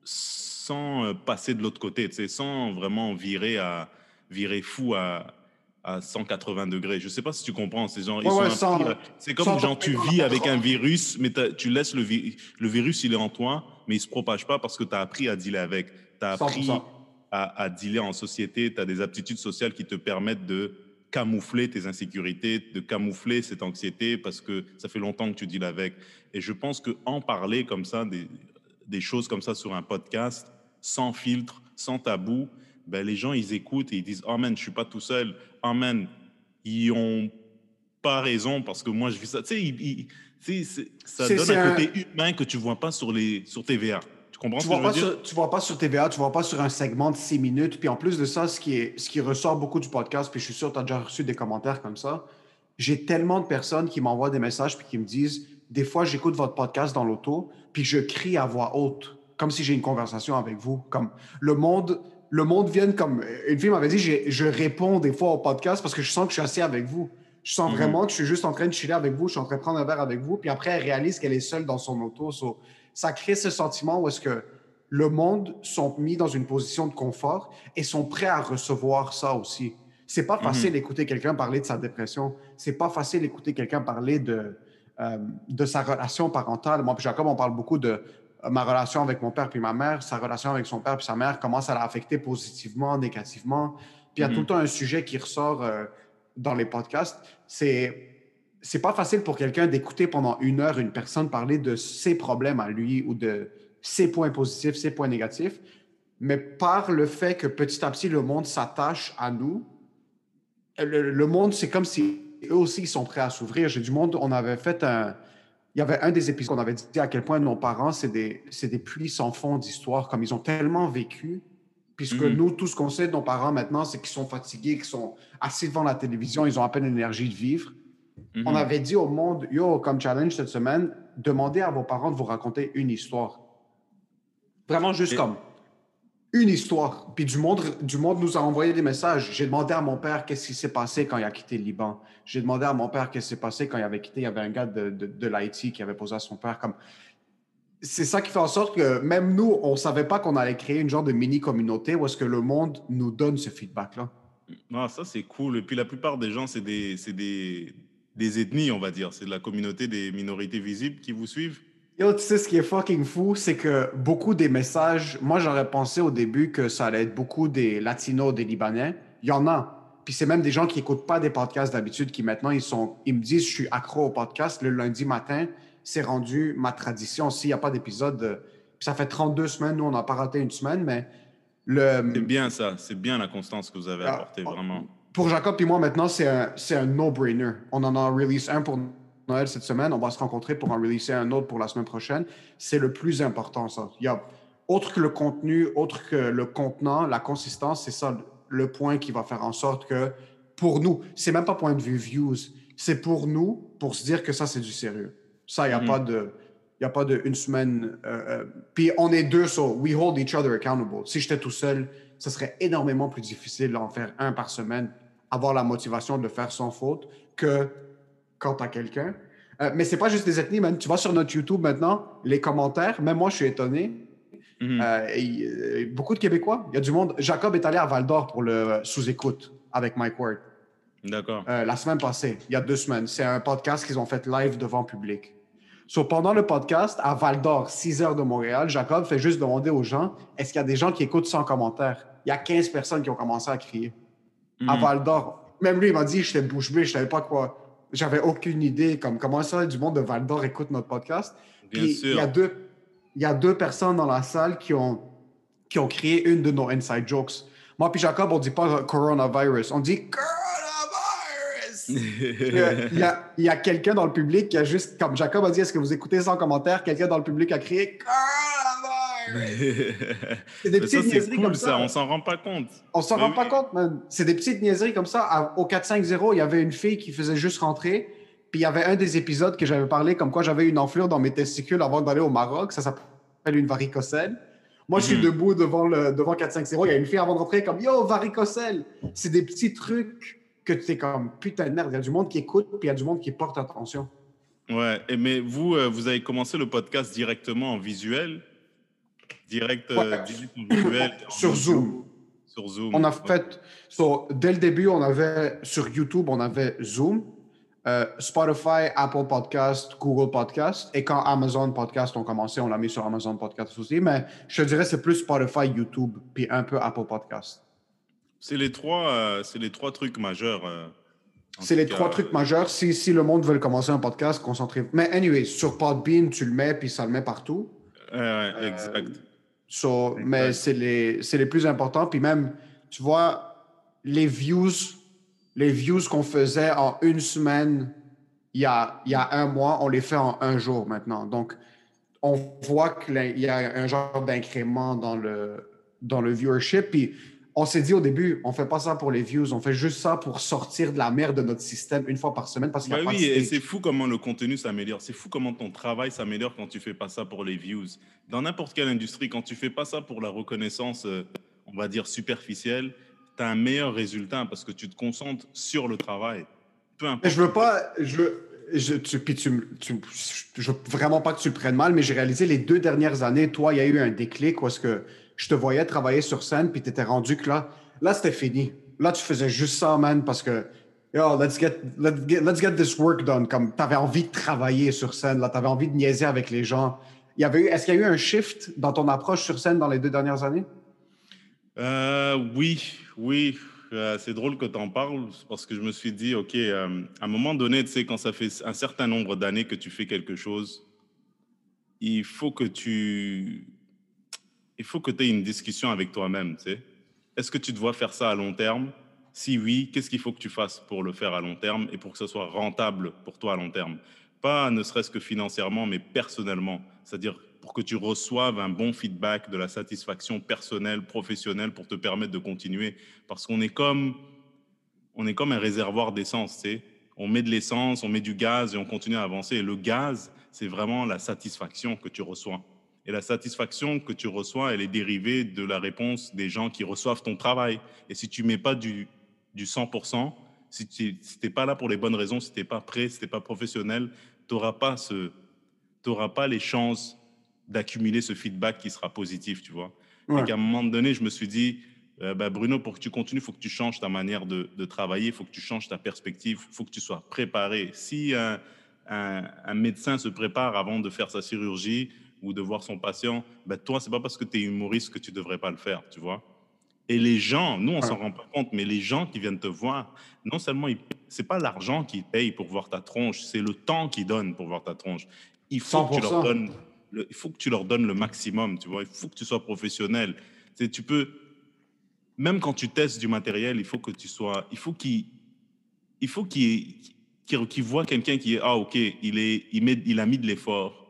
sans euh, passer de l'autre côté, tu sais, sans vraiment virer, à, virer fou à, à cent quatre-vingts degrés. Je ne sais pas si tu comprends. Ces gens, ils ouais, sont ouais, appris. sans, à- C'est comme sans genre tomber tu dans la vis avec un pétrole. virus, mais t'as- tu laisses le, vi- le virus, il est en toi, mais il ne se propage pas parce que tu as appris à dealer avec. Tu as cent pour appris cent. à, à dealer en société. Tu as des aptitudes sociales qui te permettent de camoufler tes insécurités, de camoufler cette anxiété parce que ça fait longtemps que tu deals avec. Et je pense qu'en parler comme ça, des, des choses comme ça sur un podcast, sans filtre, sans tabou, ben les gens, ils écoutent et ils disent « Oh man, je suis pas tout seul. Oh man, ils ont pas raison parce que moi, je vis ça. » Tu sais, ils- ils- tu sais, c'est- ça C'est donne c'est un un, côté humain que tu vois pas sur, les, sur T V A. Tu comprends tu ce que je vois veux pas dire? sur, tu vois pas sur T V A, tu vois pas sur un segment de six minutes. Puis en plus de ça, ce qui, est, ce qui ressort beaucoup du podcast, puis je suis sûr que tu as déjà reçu des commentaires comme ça, j'ai tellement de personnes qui m'envoient des messages puis qui me disent, des fois, j'écoute votre podcast dans l'auto, puis je crie à voix haute, comme si j'ai une conversation avec vous. Comme le monde, le monde vient comme... Une fille m'avait dit, j'ai- je réponds des fois au podcast parce que je sens que je suis assis avec vous. Je sens Mhm. vraiment que je suis juste en train de chiller avec vous, je suis en train de prendre un verre avec vous, puis après, elle réalise qu'elle est seule dans son auto. So, ça crée ce sentiment où est-ce que le monde sont mis dans une position de confort et sont prêts à recevoir ça aussi. C'est pas facile Mhm. d'écouter quelqu'un parler de sa dépression. C'est pas facile d'écouter quelqu'un parler de, euh, de sa relation parentale. Moi puis Jacob, on parle beaucoup de euh, ma relation avec mon père puis ma mère, sa relation avec son père puis sa mère, comment ça l'a affecté positivement, négativement. Puis il y a tout le Mhm. temps un sujet qui ressort euh, dans les podcasts. C'est c'est pas facile pour quelqu'un d'écouter pendant une heure une personne parler de ses problèmes à lui ou de ses points positifs, ses points négatifs, mais par le fait que petit à petit le monde s'attache à nous, le, le monde, c'est comme si eux aussi ils sont prêts à s'ouvrir. J'ai du monde, on avait fait un. Il y avait un des épisodes qu'on avait dit à quel point nos parents, c'est des, c'est des puits sans fond d'histoire, comme ils ont tellement vécu. Puisque Mhm. nous, tout ce qu'on sait de nos parents maintenant, c'est qu'ils sont fatigués, qu'ils sont assis devant la télévision, ils ont à peine l'énergie de vivre. On Mhm. avait dit au monde, yo, comme challenge cette semaine, demandez à vos parents de vous raconter une histoire. Vraiment juste Et- comme une histoire. Puis du monde, du monde nous a envoyé des messages. J'ai demandé à mon père qu'est-ce qui s'est passé quand il a quitté le Liban. J'ai demandé à mon père qu'est-ce qui s'est passé quand il avait quitté. Il y avait un gars de, de, de l'Haïti qui avait posé à son père comme. C'est ça qui fait en sorte que même nous, on ne savait pas qu'on allait créer une genre de mini-communauté où est-ce que le monde nous donne ce feedback-là. Non, ça c'est cool. Et puis la plupart des gens, c'est des, c'est des, des ethnies, on va dire. C'est de la communauté des minorités visibles qui vous suivent. Yo, tu sais, ce qui est fucking fou, c'est que beaucoup des messages, moi, j'aurais pensé au début que ça allait être beaucoup des Latinos, des Libanais. Il y en a. Puis c'est même des gens qui n'écoutent pas des podcasts d'habitude qui maintenant, ils, sont, ils me disent, je suis accro au podcast. Le lundi matin, c'est rendu ma tradition. S'il n'y a pas d'épisode, euh, puis ça fait trente-deux semaines, nous, on n'a pas raté une semaine, mais C'est le, bien ça. C'est bien la constance que vous avez euh, apportée, vraiment. pour Jacob et moi, maintenant, c'est un, c'est un no-brainer. On en a release un pour Noël cette semaine. On va se rencontrer pour en releaser un autre pour la semaine prochaine. C'est le plus important, ça. Il y a, autre que le contenu, autre que le contenant, la consistance, c'est ça le point qui va faire en sorte que, pour nous, c'est même pas point de vue views, c'est pour nous, pour se dire que ça, c'est du sérieux. Ça, il n'y a Mhm. pas de... Il n'y a pas de une semaine. Euh, euh, puis on est deux, so we hold each other accountable. Si j'étais tout seul, ce serait énormément plus difficile d'en faire un par semaine, avoir la motivation de le faire sans faute que quand tu as quelqu'un. Euh, mais c'est pas juste des ethnies, man. Tu vas sur notre YouTube maintenant, les commentaires, même moi, je suis étonné. Mhm. Euh, et, euh, beaucoup de Québécois. Il y a du monde. Jacob est allé à Val d'Or pour le sous-écoute avec Mike Ward D'accord. euh, la semaine passée, il y a deux semaines. C'est un podcast qu'ils ont fait live devant public. So, pendant le podcast, à Val d'Or, six heures de Montréal, Jacob fait juste demander aux gens est-ce qu'il y a des gens qui écoutent sans commentaire. Il y a quinze personnes qui ont commencé à crier. À Mhm. Val d'Or. Même lui, il m'a dit j'étais bouche bée, je savais pas quoi. J'avais aucune idée comme comment ça, du monde de Val d'Or écoute notre podcast. Bien Puis il y a sûr. deux, il y a deux personnes dans la salle qui ont, qui ont créé une de nos inside jokes. Moi puis Jacob, on dit pas coronavirus, on dit coronavirus. Il y a, il y a quelqu'un dans le public qui a juste, comme Jacob a dit, est-ce que vous écoutez sans commentaire? Quelqu'un dans le public a crié coronavirus. C'est des Mais ça, petites c'est niaiseries cool, comme ça. ça. On s'en rend pas compte. On s'en Mais rend pas oui. compte, man. C'est des petites niaiseries comme ça. À- au quatre cinq zéro, il y avait une fille qui faisait juste rentrer. Puis il y avait un des épisodes que j'avais parlé comme quoi j'avais une enflure dans mes testicules avant d'aller au Maroc. Ça s'appelle une varicocèle. Moi, je suis Mhm. debout devant, le, devant quatre cinq zéro. Il y a une fille avant de rentrer comme Yo, varicocèle. C'est des petits trucs que tu es comme putain de merde. Il y a du monde qui écoute, puis il y a du monde qui porte attention. Ouais. Et mais vous, euh, vous avez commencé le podcast directement en visuel, direct, Ouais. euh, direct en visuel, en Sur audio, Zoom. sur Zoom. On a Ok. fait, so, dès le début, on avait sur YouTube, on avait Zoom, euh, Spotify, Apple Podcast, Google Podcast. Et quand Amazon Podcast ont commencé, on l'a mis sur Amazon Podcast aussi. Mais je te dirais, c'est plus Spotify, YouTube, puis un peu Apple Podcast. C'est les trois, euh, c'est les trois trucs majeurs. euh, en C'est tout les cas. trois trucs majeurs. Si, si le monde veut commencer un podcast, concentrez. Mais anyway, sur Podbean, tu le mets, puis ça le met partout. Ouais, ouais, exact. So, Exact. mais c'est les, c'est les plus importants. Puis même, tu vois, les views, les views qu'on faisait en une semaine, il y a, il y a un mois, on les fait en un jour maintenant. Donc, on voit qu'il y a un genre d'incrément dans le, dans le viewership. Puis, on s'est dit au début, on fait pas ça pour les views, on fait juste ça pour sortir de la merde de notre système une fois par semaine parce qu'il n'y Bah a pas oui, de et stage. c'est fou comment le contenu s'améliore. C'est fou comment ton travail s'améliore quand tu fais pas ça pour les views. Dans n'importe quelle industrie, quand tu fais pas ça pour la reconnaissance, euh, on va dire superficielle, tu as un meilleur résultat parce que tu te concentres sur le travail. Peu Mais importe. je veux pas. Je, je, tu, puis tu, me- tu, je veux vraiment pas que tu le prennes mal, mais j'ai réalisé les deux dernières années, toi, il y a eu un déclic où est-ce que je te voyais travailler sur scène, puis tu étais rendu que là, là c'était fini. Là, tu faisais juste ça, man, parce que, yo, let's get, let's get, let's get this work done. Comme tu avais envie de travailler sur scène, là, tu avais envie de niaiser avec les gens. Il y avait eu, est-ce qu'il y a eu un shift dans ton approche sur scène dans les deux dernières années? Euh, oui, oui. Euh, c'est drôle que tu en parles parce que je me suis dit, OK, euh, à un moment donné, tu sais, quand ça fait un certain nombre d'années que tu fais quelque chose, il faut que tu il faut que tu aies une discussion avec toi-même, tu sais. Est-ce que tu dois faire ça à long terme? Si oui, qu'est-ce qu'il faut que tu fasses pour le faire à long terme et pour que ce soit rentable pour toi à long terme? Pas ne serait-ce que financièrement, mais personnellement. C'est-à-dire pour que tu reçoives un bon feedback, de la satisfaction personnelle, professionnelle pour te permettre de continuer. Parce qu'on est comme, on est comme un réservoir d'essence, tu sais. On met de l'essence, on met du gaz et on continue à avancer. Et le gaz, c'est vraiment la satisfaction que tu reçois. Et la satisfaction que tu reçois, elle est dérivée de la réponse des gens qui reçoivent ton travail. Et si tu ne mets pas du, du cent pour cent, si tu n'es pas là pour les bonnes raisons, si tu n'es pas prêt, si tu n'es pas professionnel, tu n'auras pas, ce, t'auras pas les chances d'accumuler ce feedback qui sera positif, tu vois. Ouais. Et qu'à un moment donné, je me suis dit, Euh, bah, Bruno, pour que tu continues, il faut que tu changes ta manière de, de travailler, il faut que tu changes ta perspective, il faut que tu sois préparé. Si un, un, un médecin se prépare avant de faire sa chirurgie ou de voir son patient, bah, toi, c'est pas parce que tu es humoriste que tu devrais pas le faire, tu vois. Et les gens, nous, on Ouais. s'en rend pas compte, mais les gens qui viennent te voir, non seulement, ils- c'est pas l'argent qu'ils payent pour voir ta tronche, c'est le temps qu'ils donnent pour voir ta tronche. Il faut cent que tu pour leur cent. donnes le, il faut que tu leur donnes le maximum, tu vois. Il faut que tu sois professionnel. Tu sais, tu peux, même quand tu testes du matériel, il faut que tu sois, il faut qu'il, il faut qu'il, qu'il, qu'il voit quelqu'un qui est, ah, ok, il est, il met, il a mis de l'effort,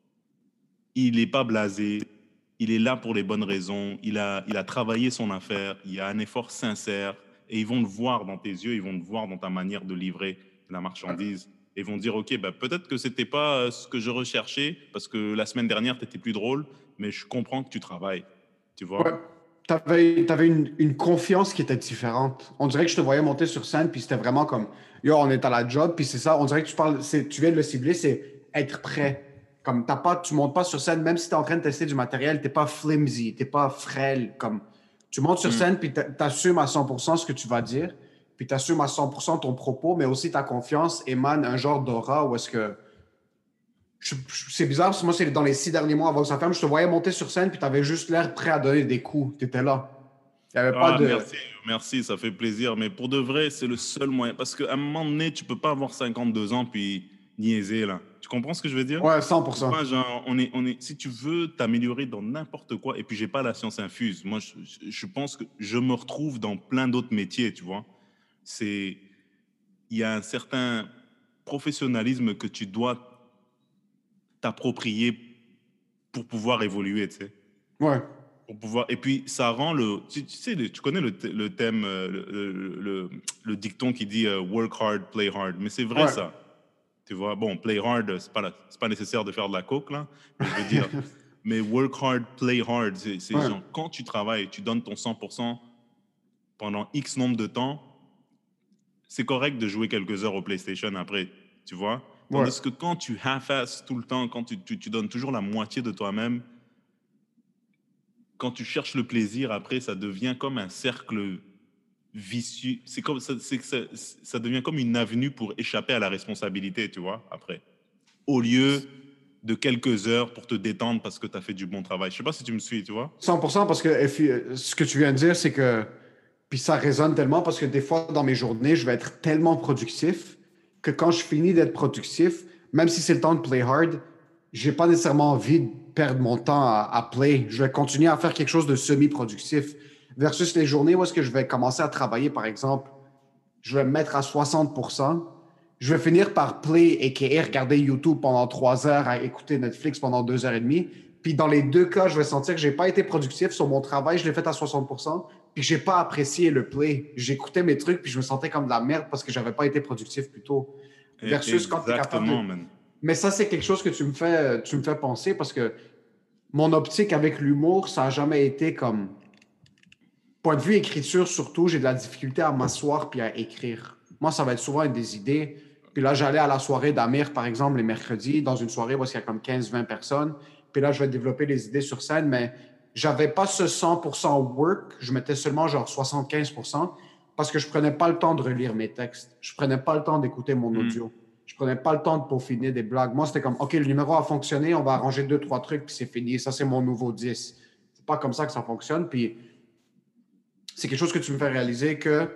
il n'est pas blasé, il est là pour les bonnes raisons, il a, il a travaillé son affaire, il y a un effort sincère, et ils vont le voir dans tes yeux, ils vont le voir dans ta manière de livrer la marchandise, et ils vont dire, ok, bah, peut-être que c'était pas euh, ce que je recherchais, parce que la semaine dernière, tu étais plus drôle, mais je comprends que tu travailles, tu vois? Ouais. T'avais, t'avais une, une confiance qui était différente. On dirait que je te voyais monter sur scène, puis c'était vraiment comme, yo, on est à la job, puis c'est ça. On dirait que tu parles, c'est, tu viens de le cibler, c'est être prêt. Comme t'as pas, tu montes pas sur scène, même si t'es en train de tester du matériel, t'es pas flimsy, t'es pas frêle. Comme, tu montes sur Mm. scène, puis t'a- t'assumes à cent pour cent ce que tu vas dire, puis t'assumes à cent pour cent ton propos, mais aussi ta confiance émane un genre d'aura où est-ce que je- je- c'est bizarre, parce que moi, c'est dans les six derniers mois avant que ça ferme, je te voyais monter sur scène, puis tu avais juste l'air prêt à donner des coups. Tu étais là. Il n'y avait pas Ah, de. merci, merci, ça fait plaisir. Mais pour de vrai, c'est le seul moyen. Parce qu'à un moment donné, tu peux pas avoir cinquante-deux ans puis niaiser, là. Tu comprends ce que je veux dire? Ouais, cent pour C'est pas cent. genre, on est, on est, si tu veux t'améliorer dans n'importe quoi, et puis j'ai pas la science infuse. Moi, je, je- je pense que je me retrouve dans plein d'autres métiers, tu vois. C'est, il y a un certain professionnalisme que tu dois t'approprier pour pouvoir évoluer, tu sais. Ouais. Pour pouvoir... Et puis, ça rend le... Tu, tu sais, le- tu connais le, th- le thème, euh, le, le- le- le dicton qui dit euh, work hard, play hard. Mais c'est vrai, Ouais. ça. Tu vois, bon, play hard, c'est pas, la- c'est pas nécessaire de faire de la coke, là. Mais je veux dire, mais work hard, play hard, c'est c'est Ouais. genre, quand tu travailles, tu donnes ton cent pour cent pendant X nombre de temps, c'est correct de jouer quelques heures au PlayStation après, tu vois. Ouais. Tandis que quand tu half-ass tout le temps, quand tu, tu, tu donnes toujours la moitié de toi-même, quand tu cherches le plaisir, après, ça devient comme un cercle vicieux. C'est comme ça, c'est que ça, ça devient comme une avenue pour échapper à la responsabilité, tu vois, après. Au lieu de quelques heures pour te détendre parce que tu as fait du bon travail. Je sais pas si tu me suis, tu vois. cent pour cent parce que Effie, euh, ce que tu viens de dire, c'est que. Puis ça résonne tellement parce que des fois, dans mes journées, je vais être tellement productif que quand je finis d'être productif, même si c'est le temps de play hard, j'ai pas nécessairement envie de perdre mon temps à, à play. Je vais continuer à faire quelque chose de semi-productif. Versus les journées où est-ce que je vais commencer à travailler, par exemple, je vais me mettre à soixante pour cent. Je vais finir par play, a k a regarder YouTube pendant trois heures, à écouter Netflix pendant deux heures et demie. Puis dans les deux cas, je vais sentir que j'ai pas été productif sur mon travail, je l'ai fait à soixante pour cent, puis que j'ai pas apprécié le play. J'écoutais mes trucs, puis je me sentais comme de la merde parce que j'avais pas été productif plus tôt. Et- Versus quand tu es capable de... exactement, man. Mais ça, c'est quelque chose que tu me fais, tu me fais penser parce que mon optique avec l'humour, ça a jamais été comme... Point de vue écriture, surtout, j'ai de la difficulté à m'asseoir puis à écrire. Moi, ça va être souvent des idées. Puis là, j'allais à la soirée d'Amir, par exemple, les mercredis, dans une soirée où il y a comme quinze vingt personnes. Puis là, je vais développer les idées sur scène, mais j'avais pas ce cent pour cent work. Je mettais seulement genre soixante-quinze pour cent parce que je prenais pas le temps de relire mes textes. Je prenais pas le temps d'écouter mon Mm. audio. Je prenais pas le temps de peaufiner des blagues. Moi, c'était comme, OK, le numéro a fonctionné, on va arranger deux, trois trucs, puis c'est fini. Ça, c'est mon nouveau dix. C'est pas comme ça que ça fonctionne. Puis c'est quelque chose que tu me fais réaliser que.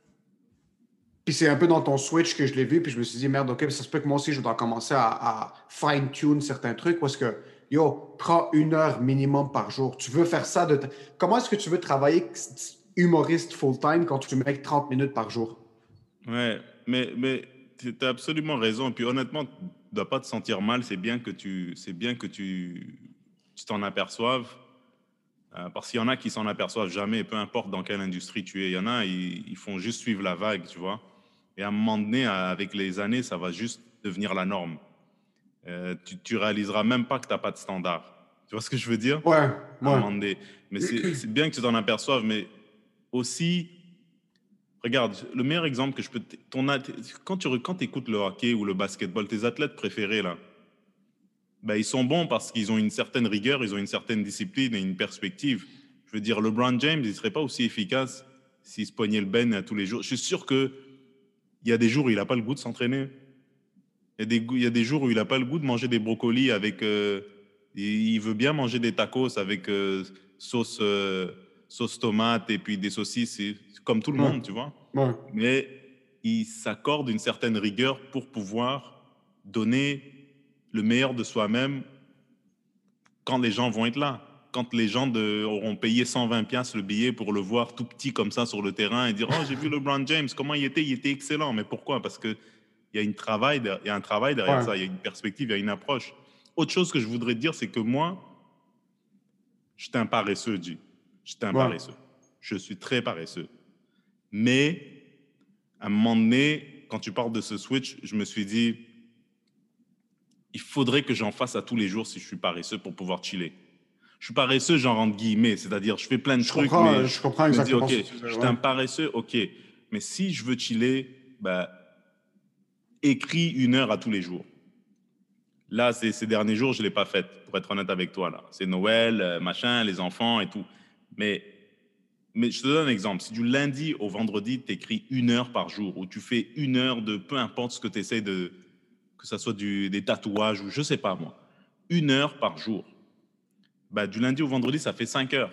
Puis c'est un peu dans ton switch que je l'ai vu, puis je me suis dit, merde, ok, ça se peut que moi aussi, je dois commencer à, à fine-tune certains trucs, parce que, yo, prends une heure minimum par jour. Tu veux faire ça de. ta- Comment est-ce que tu veux travailler humoriste full-time quand tu mets trente minutes par jour? Ouais, mais, mais tu as absolument raison. Et puis honnêtement, tu ne dois pas te sentir mal. C'est bien que tu, c'est bien que tu, tu t'en aperçoives. Euh, parce qu'il y en a qui s'en aperçoivent jamais, peu importe dans quelle industrie tu es. Il y en a, ils, ils font juste suivre la vague, tu vois. Et à un moment donné, avec les années, ça va juste devenir la norme. Euh, tu, tu réaliseras même pas que tu n'as pas de standard. Tu vois ce que je veux dire? Ouais, À un ouais. moment donné. Mais c'est c'est bien que tu t'en aperçoives, mais aussi, regarde, le meilleur exemple que je peux... t- Ton, at- quand tu quand écoutes le hockey ou le basketball, tes athlètes préférés, là, ben, ils sont bons parce qu'ils ont une certaine rigueur, ils ont une certaine discipline et une perspective. Je veux dire, LeBron James, il ne serait pas aussi efficace s'il se poignait le ben à tous les jours. Je suis sûr qu'il y a des jours où il n'a pas le goût de s'entraîner. Il y a des, il y a des jours où il n'a pas le goût de manger des brocolis avec... Euh, il veut bien manger des tacos avec euh, sauce, euh, sauce tomate et puis des saucisses, c'est comme tout le Ouais. monde, tu vois. Ouais. Mais il s'accorde une certaine rigueur pour pouvoir donner le meilleur de soi-même quand les gens vont être là. Quand les gens de, auront payé cent vingt piastres le billet pour le voir tout petit comme ça sur le terrain et dire « Oh, j'ai vu LeBron James, comment il était? Il était excellent. » Mais pourquoi? Parce qu'il y a une travail, il y a un travail derrière Ouais. ça, il y a une perspective, il y a une approche. Autre chose que je voudrais te dire, c'est que moi, j'étais un paresseux, G. J'étais un Ouais. paresseux. Je suis très paresseux. Mais, à un moment donné, quand tu parles de ce switch, je me suis dit, il faudrait que j'en fasse à tous les jours si je suis paresseux pour pouvoir chiller. Je suis paresseux, genre entre guillemets, c'est-à-dire je fais plein de Je trucs, comprends, mais je comprends me dis, exactement ok, ce que tu veux je dire, suis ouais. un paresseux, ok. Mais si je veux chiller, bah, écris une heure à tous les jours. Là, ces, ces derniers jours, je ne l'ai pas faite, pour être honnête avec toi. Là, c'est Noël, euh, machin, les enfants et tout. Mais, mais je te donne un exemple. Si du lundi au vendredi, tu écris une heure par jour, ou tu fais une heure de peu importe ce que tu essaies de... que ce soit du, des tatouages ou je ne sais pas moi. Une heure par jour. Bah, du lundi au vendredi, ça fait cinq heures.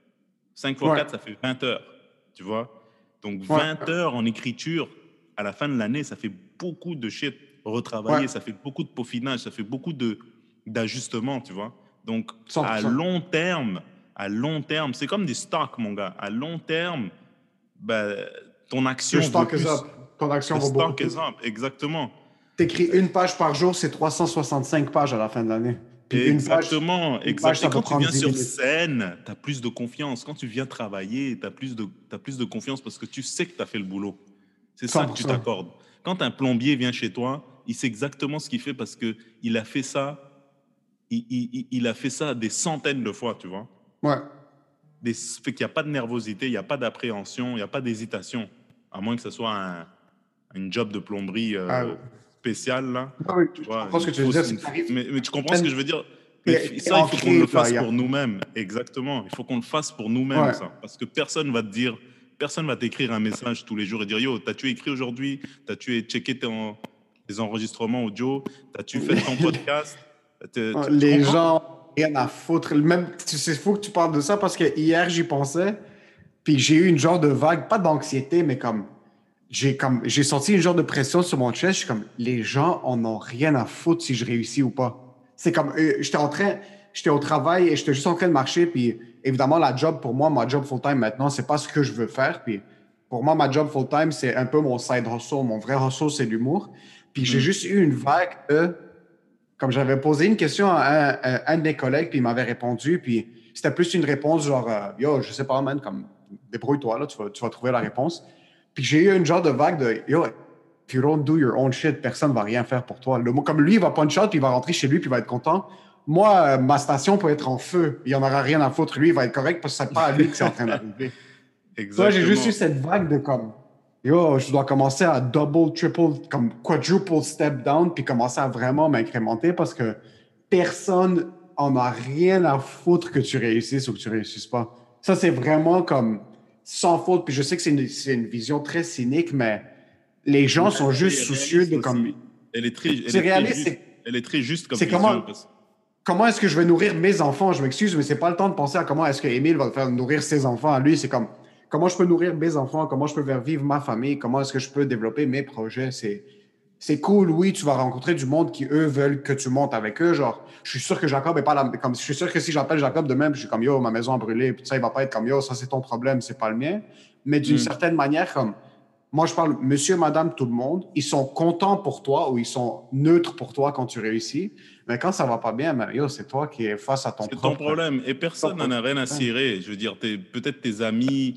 cinq fois Ouais. quatre, ça fait vingt heures. Tu vois? Donc Ouais. vingt heures en écriture, à la fin de l'année, ça fait beaucoup de shit retravailler, Ouais. ça fait beaucoup de peaufinage, ça fait beaucoup de, d'ajustements, tu vois? Donc, cent pour à cent. long terme, à long terme, c'est comme des stocks, mon gars. À long terme, bah, ton action Your vaut stock is plus. up. Ton action Le vaut beaucoup stock plus. is up, exactement. T'écris une page par jour, c'est trois cent soixante-cinq pages à la fin de l'année. Puis une page, Exactement, une page, exact. ça Et peut quand tu prendre viens dix sur minutes. scène, tu as plus de confiance. Quand tu viens travailler, tu as plus de, t'as plus de confiance parce que tu sais que tu as fait le boulot. C'est ça cent que pour tu cent. t'accordes. Quand un plombier vient chez toi, il sait exactement ce qu'il fait parce qu'il a fait ça, il, il, il a fait ça des centaines de fois, tu vois. Ouais. Des, fait qu'il n'y a pas de nervosité, il n'y a pas d'appréhension, il n'y a pas d'hésitation. À moins que ce soit un, une job de plomberie Ah, euh, spéciale, là. ah oui, Tu je vois, comprends ce une que tu veux fausse, dire. C'est une que fa- t'arrives, mais, mais tu comprends ce que je veux dire? Mais t'es, f- t'es ça, il faut qu'on ancré, le là. fasse y a- pour nous-mêmes. Exactement. Il faut qu'on le fasse pour nous-mêmes, Ouais. ça. Parce que personne va te dire, personne va t'écrire un message tous les jours et dire, yo, t'as-tu écrit aujourd'hui? T'as-tu checké ton, tes enregistrements audio? T'as-tu fait ton podcast? T'as- Tu, tu Les comprends? gens, rien à foutre. Même, tu sais, faut que tu parles de ça parce que hier, j'y pensais. Puis j'ai eu une genre de vague, pas d'anxiété, mais comme j'ai comme j'ai senti une genre de pression sur mon chest. Je suis comme les gens en ont rien à foutre si je réussis ou pas. C'est comme euh, j'étais en train, j'étais au travail et j'étais juste en train de marcher. Puis évidemment, la job pour moi, ma job full-time maintenant, c'est pas ce que je veux faire. Puis pour moi, ma job full-time, c'est un peu mon side hustle. Mon vrai hustle, c'est l'humour. Puis j'ai Mhm. juste eu une vague de comme j'avais posé une question à un, à un de mes collègues, puis il m'avait répondu, puis c'était plus une réponse genre, euh, yo, je sais pas, man, comme, débrouille-toi, là, tu vas, tu vas trouver la réponse. Puis j'ai eu une genre de vague de, yo, if you don't do your own shit, personne va rien faire pour toi. Le mot, comme lui, il va punch out, puis il va rentrer chez lui, puis il va être content. Moi, euh, ma station peut être en feu, il en aura rien à foutre. Lui, il va être correct parce que c'est pas à lui que c'est en train d'arriver. Toi, j'ai juste eu Exactement. cette vague de comme, yo, je dois commencer à double, triple, comme quadruple step down, puis commencer à vraiment m'incrémenter parce que personne en a rien à foutre que tu réussisses ou que tu réussisses pas. Ça, c'est vraiment comme sans faute. Puis je sais que c'est une, c'est une vision très cynique, mais les gens Mais sont elle juste est soucieux réaliste de comme. aussi. Elle est très, elle C'est est très réaliste, juste. c'est, Elle est très juste comme c'est vision. comment, Parce... comment est-ce que je vais nourrir mes enfants? Je m'excuse, mais c'est pas le temps de penser à comment est-ce que Émile va faire nourrir ses enfants à lui. C'est comme comment je peux nourrir mes enfants, comment je peux faire vivre ma famille, comment est-ce que je peux développer mes projets. C'est, c'est cool, oui, tu vas rencontrer du monde qui, eux, veulent que tu montes avec eux. Genre, je suis sûr que Jacob est pas là. Comme, je suis sûr que si j'appelle Jacob de même, je suis comme yo, ma maison a brûlé, puis ça, il va pas être comme yo, ça c'est ton problème, c'est pas le mien. Mais d'une Mm. certaine manière, comme moi, je parle monsieur, madame, tout le monde, ils sont contents pour toi ou ils sont neutres pour toi quand tu réussis. Mais quand ça va pas bien, ben, yo, c'est toi qui es face à ton C'est ton propre. problème. Et personne n'en propre a rien à problème. cirer. Je veux dire, t'es- peut-être tes amis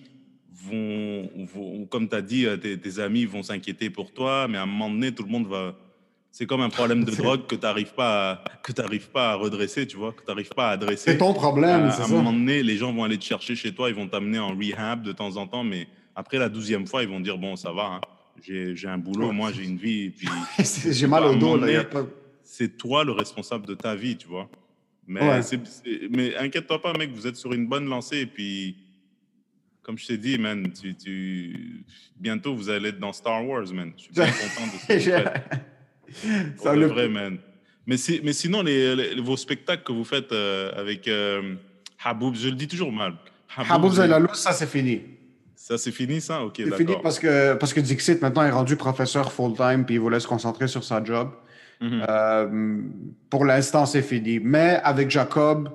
vont, vont- comme tu as dit, euh, tes, tes amis vont s'inquiéter pour toi, mais à un moment donné, tout le monde va. C'est comme un problème de C'est drogue que tu n'arrives pas, à- que t'arrives pas à redresser, tu vois, que tu n'arrives pas à c'est adresser. ton problème, À, c'est à un ça. moment donné, les gens vont aller te chercher chez toi, ils vont t'amener en rehab de temps en temps, mais après la douzième fois, ils vont dire, bon, ça va, hein, j'ai j'ai un boulot, Ouais. moi j'ai une vie, et puis C'est- J'ai c'est mal toi. À au un moment dos, là. Y a donné, pas... c'est toi le responsable de ta vie, tu vois. Mais, Ouais. c'est, c'est- mais inquiète-toi pas, mec, vous êtes sur une bonne lancée. Et puis, comme je t'ai dit, man, tu, tu... bientôt, vous allez être dans Star Wars, man. Je suis bien content de ce que vous faites. Pour Ça, de le- vrai, man. Mais, si- mais sinon, les, les- vos spectacles que vous faites euh, avec euh, Haboub, je le dis toujours mal. Haboub, Haboub j'ai- Zelalou, ça, c'est fini. ça c'est fini, ça? Ok, C'est fini d'accord. parce que, parce que Dixit, maintenant, est rendu professeur full-time puis il voulait se concentrer sur sa job. Mhm. Euh, pour l'instant, c'est fini. Mais avec Jacob,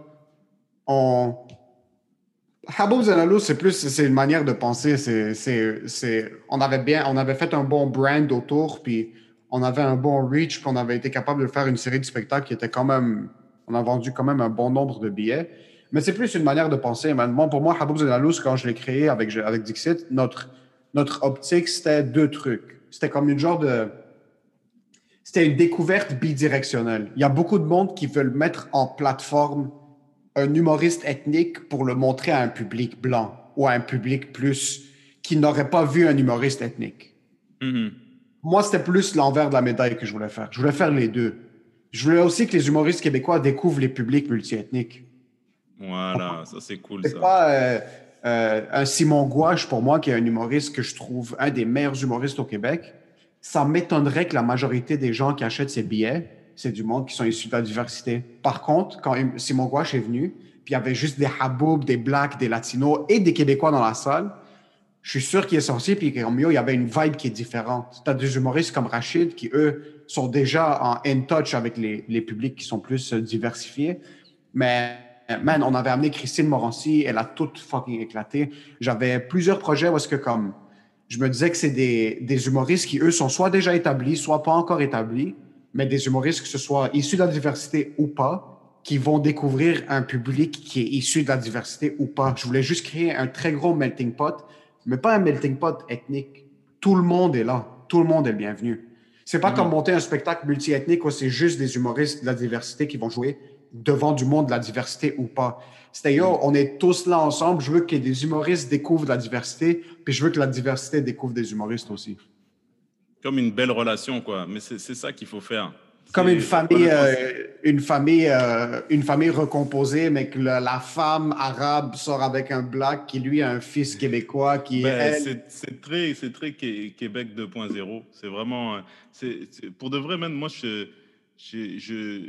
on... Haboub Zelalou, c'est plus, c'est une manière de penser. C'est, c'est, c'est... On avait bien, on avait fait un bon brand autour, puis on avait un bon reach, puis on avait été capable de faire une série de spectacles qui était quand même, on a vendu quand même un bon nombre de billets. Mais c'est plus une manière de penser. Maintenant, pour moi, Haboub Zelalou, quand je l'ai créé avec, avec Dixit, notre, notre optique, c'était deux trucs. C'était comme une genre de... C'était une découverte bidirectionnelle. Il y a beaucoup de monde qui veulent mettre en plateforme un humoriste ethnique pour le montrer à un public blanc ou à un public plus qui n'aurait pas vu un humoriste ethnique. Mhm. Moi, c'était plus l'envers de la médaille que je voulais faire. Je voulais faire les deux. Je voulais aussi que les humoristes québécois découvrent les publics multiethniques. Voilà, ça c'est cool, C'est ça. pas euh, euh, un Simon Gouache, pour moi, qui est un humoriste que je trouve un des meilleurs humoristes au Québec. Ça m'étonnerait que la majorité des gens qui achètent ces billets, c'est du monde qui sont issus de la diversité. Par contre, quand Simon Gouache est venu, puis il y avait juste des Haboub, des Blacks, des Latinos et des Québécois dans la salle, je suis sûr qu'il est sorti, puis comme yo, il y avait une vibe qui est différente. Tu as des humoristes comme Rachid qui, eux, sont déjà en in-touch avec les, les publics qui sont plus euh, diversifiés. Mais, man, on avait amené Christine Morancy, elle a tout fucking éclaté. J'avais plusieurs projets où est-ce que, comme, je me disais que c'est des, des humoristes qui, eux, sont soit déjà établis, soit pas encore établis, mais des humoristes que ce soit issus de la diversité ou pas, qui vont découvrir un public qui est issu de la diversité ou pas. Je voulais juste créer un très gros melting pot, mais pas un melting pot ethnique. Tout le monde est là. Tout le monde est le bienvenu. C'est pas Mhm. comme monter un spectacle multiethnique où c'est juste des humoristes de la diversité qui vont jouer devant du monde de la diversité ou pas. C'était yo, on est tous là ensemble. Je veux que des humoristes découvrent la diversité, puis je veux que la diversité découvre des humoristes aussi. Comme une belle relation, quoi. Mais c'est c'est ça qu'il faut faire. Comme C'est- une famille, honnêtement, euh, une famille, euh, une famille recomposée, mais que la, la femme arabe sort avec un black qui lui a un fils québécois qui Ben, elle. c'est c'est très, c'est très Qué- Québec deux point zéro. C'est vraiment. euh, c'est c'est- pour de vrai, même moi, je. je, je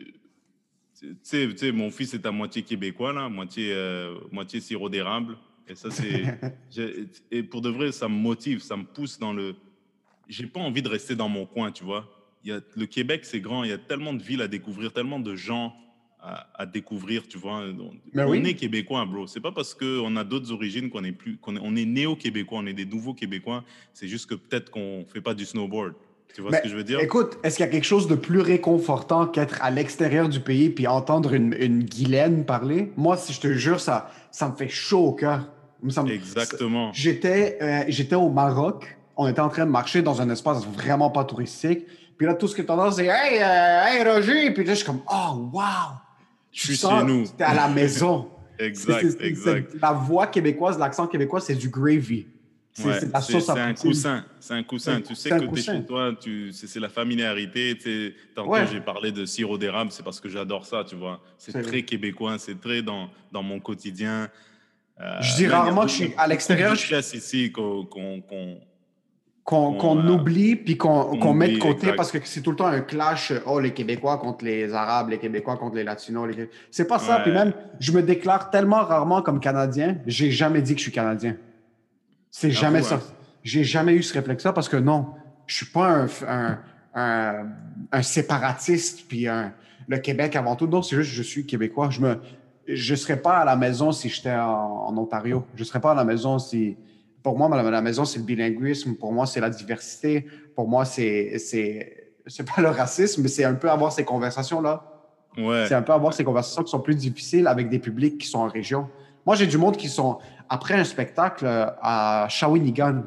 tu sais, tu sais, mon fils est à moitié québécois, là, moitié, euh, moitié sirop d'érable. Et ça, c'est. je- Et pour de vrai, ça me motive, ça me pousse dans le. J'ai pas envie de rester dans mon coin, tu vois. Il y a, le Québec, c'est grand, il y a tellement de villes à découvrir, tellement de gens à, à découvrir, tu vois. On, Mais on oui. est québécois, bro. C'est pas parce qu'on a d'autres origines qu'on est plus, qu'on est, on est néo-québécois, on est des nouveaux québécois. C'est juste que peut-être qu'on fait pas du snowboard. Tu vois Mais, ce que je veux dire? écoute, est-ce qu'il y a quelque chose de plus réconfortant qu'être à l'extérieur du pays puis entendre une, une Guylaine parler? Moi, si je te jure, ça, ça me fait chaud au cœur. Ça me- Exactement. J'étais euh, j'étais au Maroc. On était en train de marcher dans un espace vraiment pas touristique. Puis là, tout ce que tu entends, c'est Hey, euh, hey, Roger! Puis là, je suis comme Oh, wow! Je Tu suis sens chez nous. que t'es à la maison. Exact, C'est- c'est- c'est- exact. c'est- La voix québécoise, l'accent québécois, c'est du gravy. C'est Ouais, c'est de la c'est sauce à c'est un poutine. coussin. C'est un coussin. C'est- Tu c'est sais un que tu es coussin. chez toi, tu, c'est c'est la familiarité. Tu sais, tantôt, Ouais. j'ai parlé de sirop d'érable, c'est parce que j'adore ça, tu vois. C'est C'est- très québécois, c'est très dans, dans mon quotidien. Euh, Je dis man, il y a rarement beaucoup- que je suis il y a à beaucoup l'extérieur, de je- richesse ici qu'on qu'on- qu'on- qu'on qu'on, qu'on euh, oublie puis qu'on qu'on qu'on met de oublie, côté exact. parce que c'est tout le temps un clash. euh, Oh, les Québécois contre les Arabes, les Québécois contre les Latinos. les Qué- C'est pas ça. Ouais. Puis même, je me déclare tellement rarement comme Canadien. J'ai jamais dit que je suis Canadien. C'est Avoue, jamais hein. ça. J'ai jamais eu ce réflexe-là parce que non, je suis pas un, un, un, un séparatiste puis un, le Québec avant tout. Non, c'est juste que je suis Québécois. Je me, je serais pas à la maison si j'étais en, en Ontario. Je serais pas à la maison si. Pour moi, la, la maison, c'est le bilinguisme. Pour moi, c'est la diversité. Pour moi, c'est, c'est, c'est pas le racisme, mais c'est un peu avoir ces conversations-là. Ouais. C'est un peu avoir ces conversations qui sont plus difficiles avec des publics qui sont en région. Moi, j'ai du monde qui sont, après un spectacle euh, à Shawinigan,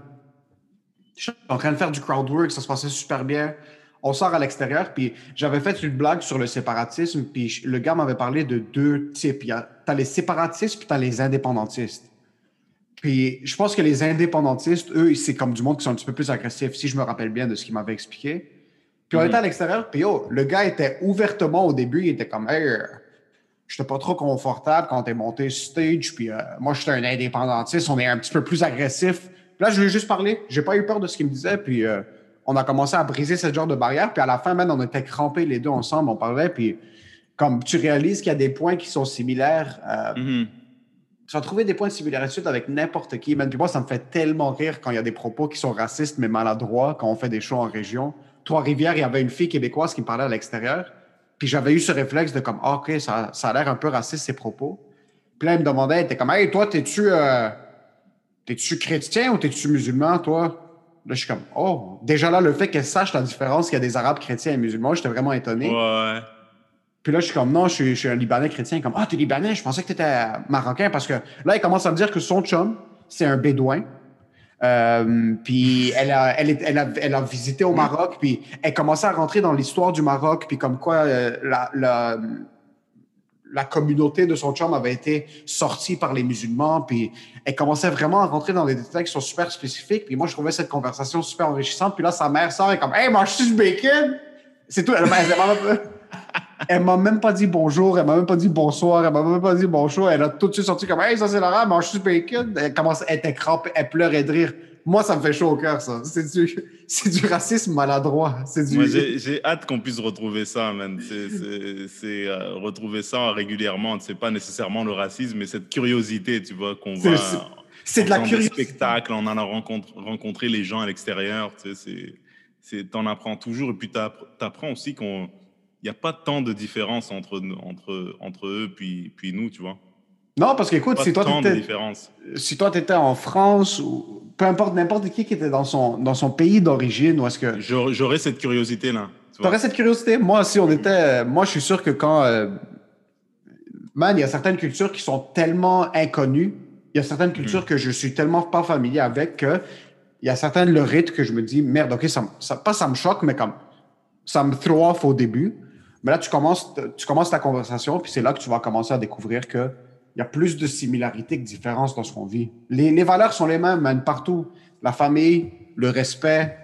je suis en train de faire du crowd work, ça se passait super bien. On sort à l'extérieur, puis j'avais fait une blague sur le séparatisme, puis je- le gars m'avait parlé de deux types. Il y a, t'as les séparatistes, puis t'as les indépendantistes. Puis je pense que les indépendantistes, eux, c'est comme du monde qui sont un petit peu plus agressifs, si je me rappelle bien de ce qu'il m'avait expliqué. Puis on Mhm. était à l'extérieur, puis oh, le gars était ouvertement au début, il était comme, hey, euh, j'étais pas trop confortable quand t'es monté stage. Puis euh, moi, j'étais un indépendantiste. On est un petit peu plus agressif. Puis là, je lui ai juste parlé. J'ai pas eu peur de ce qu'il me disait. Puis euh, on a commencé à briser ce genre de barrière. Puis à la fin, même, on était crampés les deux ensemble. On parlait. Puis comme tu réalises qu'il y a des points qui sont similaires, euh, mm-hmm. tu vas trouver des points de similarité avec n'importe qui. Même puis moi, ça me fait tellement rire quand il y a des propos qui sont racistes mais maladroits quand on fait des shows en région. Trois-Rivières, il y avait une fille québécoise qui me parlait à l'extérieur. Puis j'avais eu ce réflexe de comme, ah, OK, ça, ça a l'air un peu raciste, ces propos. Puis là, elle me demandait, elle était comme, hey, toi, t'es-tu, euh, t'es-tu chrétien ou t'es-tu musulman, toi? Là, je suis comme, oh, déjà là, le fait qu'elle sache la différence qu'il y a des Arabes chrétiens et musulmans, j'étais vraiment étonné. Ouais. Puis là, je suis comme, non, je suis, je suis un Libanais chrétien. Comme, ah, t'es Libanais, je pensais que t'étais Marocain parce que là, il commence à me dire que son chum, c'est un Bédouin. Euh, puis elle a, elle, est, elle, a, elle a visité au Maroc, puis elle commençait à rentrer dans l'histoire du Maroc, puis comme quoi euh, la, la, la communauté de son chum avait été sortie par les musulmans, puis elle commençait vraiment à rentrer dans des détails qui sont super spécifiques, puis moi, je trouvais cette conversation super enrichissante, puis là, sa mère sort et comme « Hey, mange-tu du bacon? » C'est tout. Elle, elle, elle m'a même pas dit bonjour, elle m'a même pas dit bonsoir, elle m'a même pas dit bonjour. Elle a tout de suite sorti comme « Hey, ça c'est l'arabe, mange-tu du bacon? » Elle commence, elle était crampée, elle pleurait de rire. Moi, ça me fait chaud au cœur, ça. C'est du, c'est du racisme maladroit. C'est du... Moi, j'ai, j'ai hâte qu'on puisse retrouver ça, man. C'est, c'est, c'est euh, retrouver ça régulièrement. C'est pas nécessairement le racisme, mais cette curiosité, tu vois, qu'on c'est, va... C'est, c'est de la curiosité. Spectacles, en allant rencontre, rencontrer les gens à l'extérieur, tu sais, c'est, c'est, t'en apprends toujours. Et puis, t'apprends aussi qu'on... Il n'y a pas tant de différence entre, entre, entre eux puis, puis nous, tu vois. Non, parce qu'écoute, si toi, t'étais, si toi, tu étais en France, ou peu importe, n'importe qui qui était dans son, dans son pays d'origine, ou est-ce que... J'aurais, j'aurais cette curiosité-là. Tu aurais cette curiosité? Moi, si on était... Moi, je suis sûr que quand... Euh, man, il y a certaines cultures qui sont tellement inconnues, il y a certaines cultures mmh. que je suis tellement pas familier avec que il y a certains le rythme que je me dis, merde, OK, ça, ça, pas ça me choque, mais comme ça me throw off au début. Mais là, tu commences, tu commences ta conversation, puis c'est là que tu vas commencer à découvrir qu'il y a plus de similarités que de différences dans ce qu'on vit. Les, les valeurs sont les mêmes, man, partout. La famille, le respect,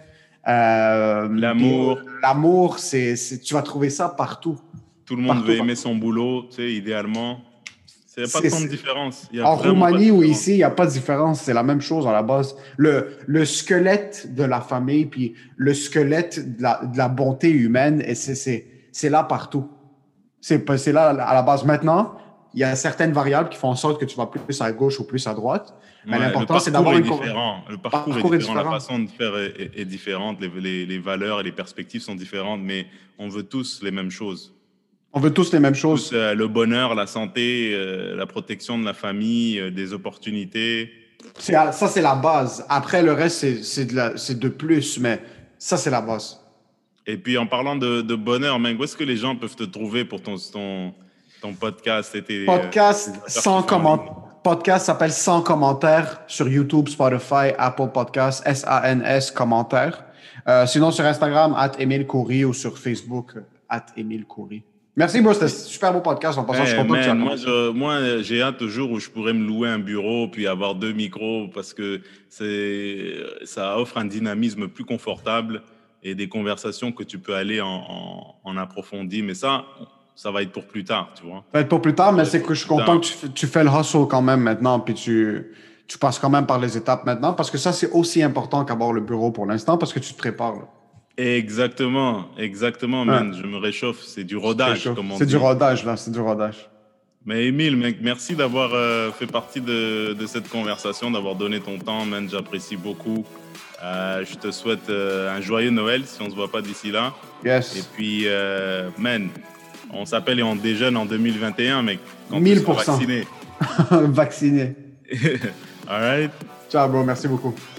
euh, l'amour. L'amour, c'est, c'est, tu vas trouver ça partout. Tout le monde partout, veut aimer partout. Son boulot, tu sais, idéalement. Il n'y a pas tant de différence. Y a en Roumanie ou ici, il n'y a pas de différence. C'est la même chose à la base. Le, le squelette de la famille, puis le squelette de la, de la bonté humaine, et c'est... c'est c'est là partout. C'est, c'est là à la base. Maintenant, il y a certaines variables qui font en sorte que tu vas plus à gauche ou plus à droite. Mais ouais, l'important, c'est d'avoir une... Différent. Le parcours, parcours est, différent. est différent. La façon de faire est, est, est différente. Les, les, les valeurs et les perspectives sont différentes, mais on veut tous les mêmes choses. On veut tous les mêmes choses. Tous, euh, le bonheur, la santé, euh, la protection de la famille, euh, des opportunités. C'est, ça, c'est la base. Après, le reste, c'est, c'est, de, la, c'est de plus, mais ça, c'est la base. Et puis, en parlant de, de bonheur, Meng, où est-ce que les gens peuvent te trouver pour ton, ton, ton podcast? Et tes, podcast, euh, sans comment... podcast s'appelle Sans commentaires sur YouTube, Spotify, Apple Podcasts, S A N S commentaires. Euh, sinon, sur Instagram, at Émile Coury ou sur Facebook, at Émile Coury. Merci, bro. C'était un super beau podcast. En passant, hey, je suis content man, que tu moi, je, moi, j'ai hâte au jour où je pourrais me louer un bureau puis avoir deux micros parce que c'est, ça offre un dynamisme plus confortable et des conversations que tu peux aller en, en, en approfondi. Mais ça, ça va être pour plus tard, tu vois. Ça va être pour plus tard, mais c'est que je suis content que tu, tu fais le hustle quand même maintenant, puis tu, tu passes quand même par les étapes maintenant, parce que ça, c'est aussi important qu'avoir le bureau pour l'instant, parce que tu te prépares. Là. Exactement, exactement, man. Ouais. Je me réchauffe. C'est du rodage, comme on C'est dit. du rodage, là. C'est du rodage. Mais Émile, mec, merci d'avoir euh, fait partie de, de cette conversation, d'avoir donné ton temps, man. J'apprécie beaucoup. Euh, je te souhaite euh, un joyeux Noël si on ne se voit pas d'ici là. Yes. Et puis, euh, man, on s'appelle et on déjeune en deux mille vingt et un, mec. Quand mille pour cent. Vacciné. Vacciné. All right. Ciao, bro. Merci beaucoup.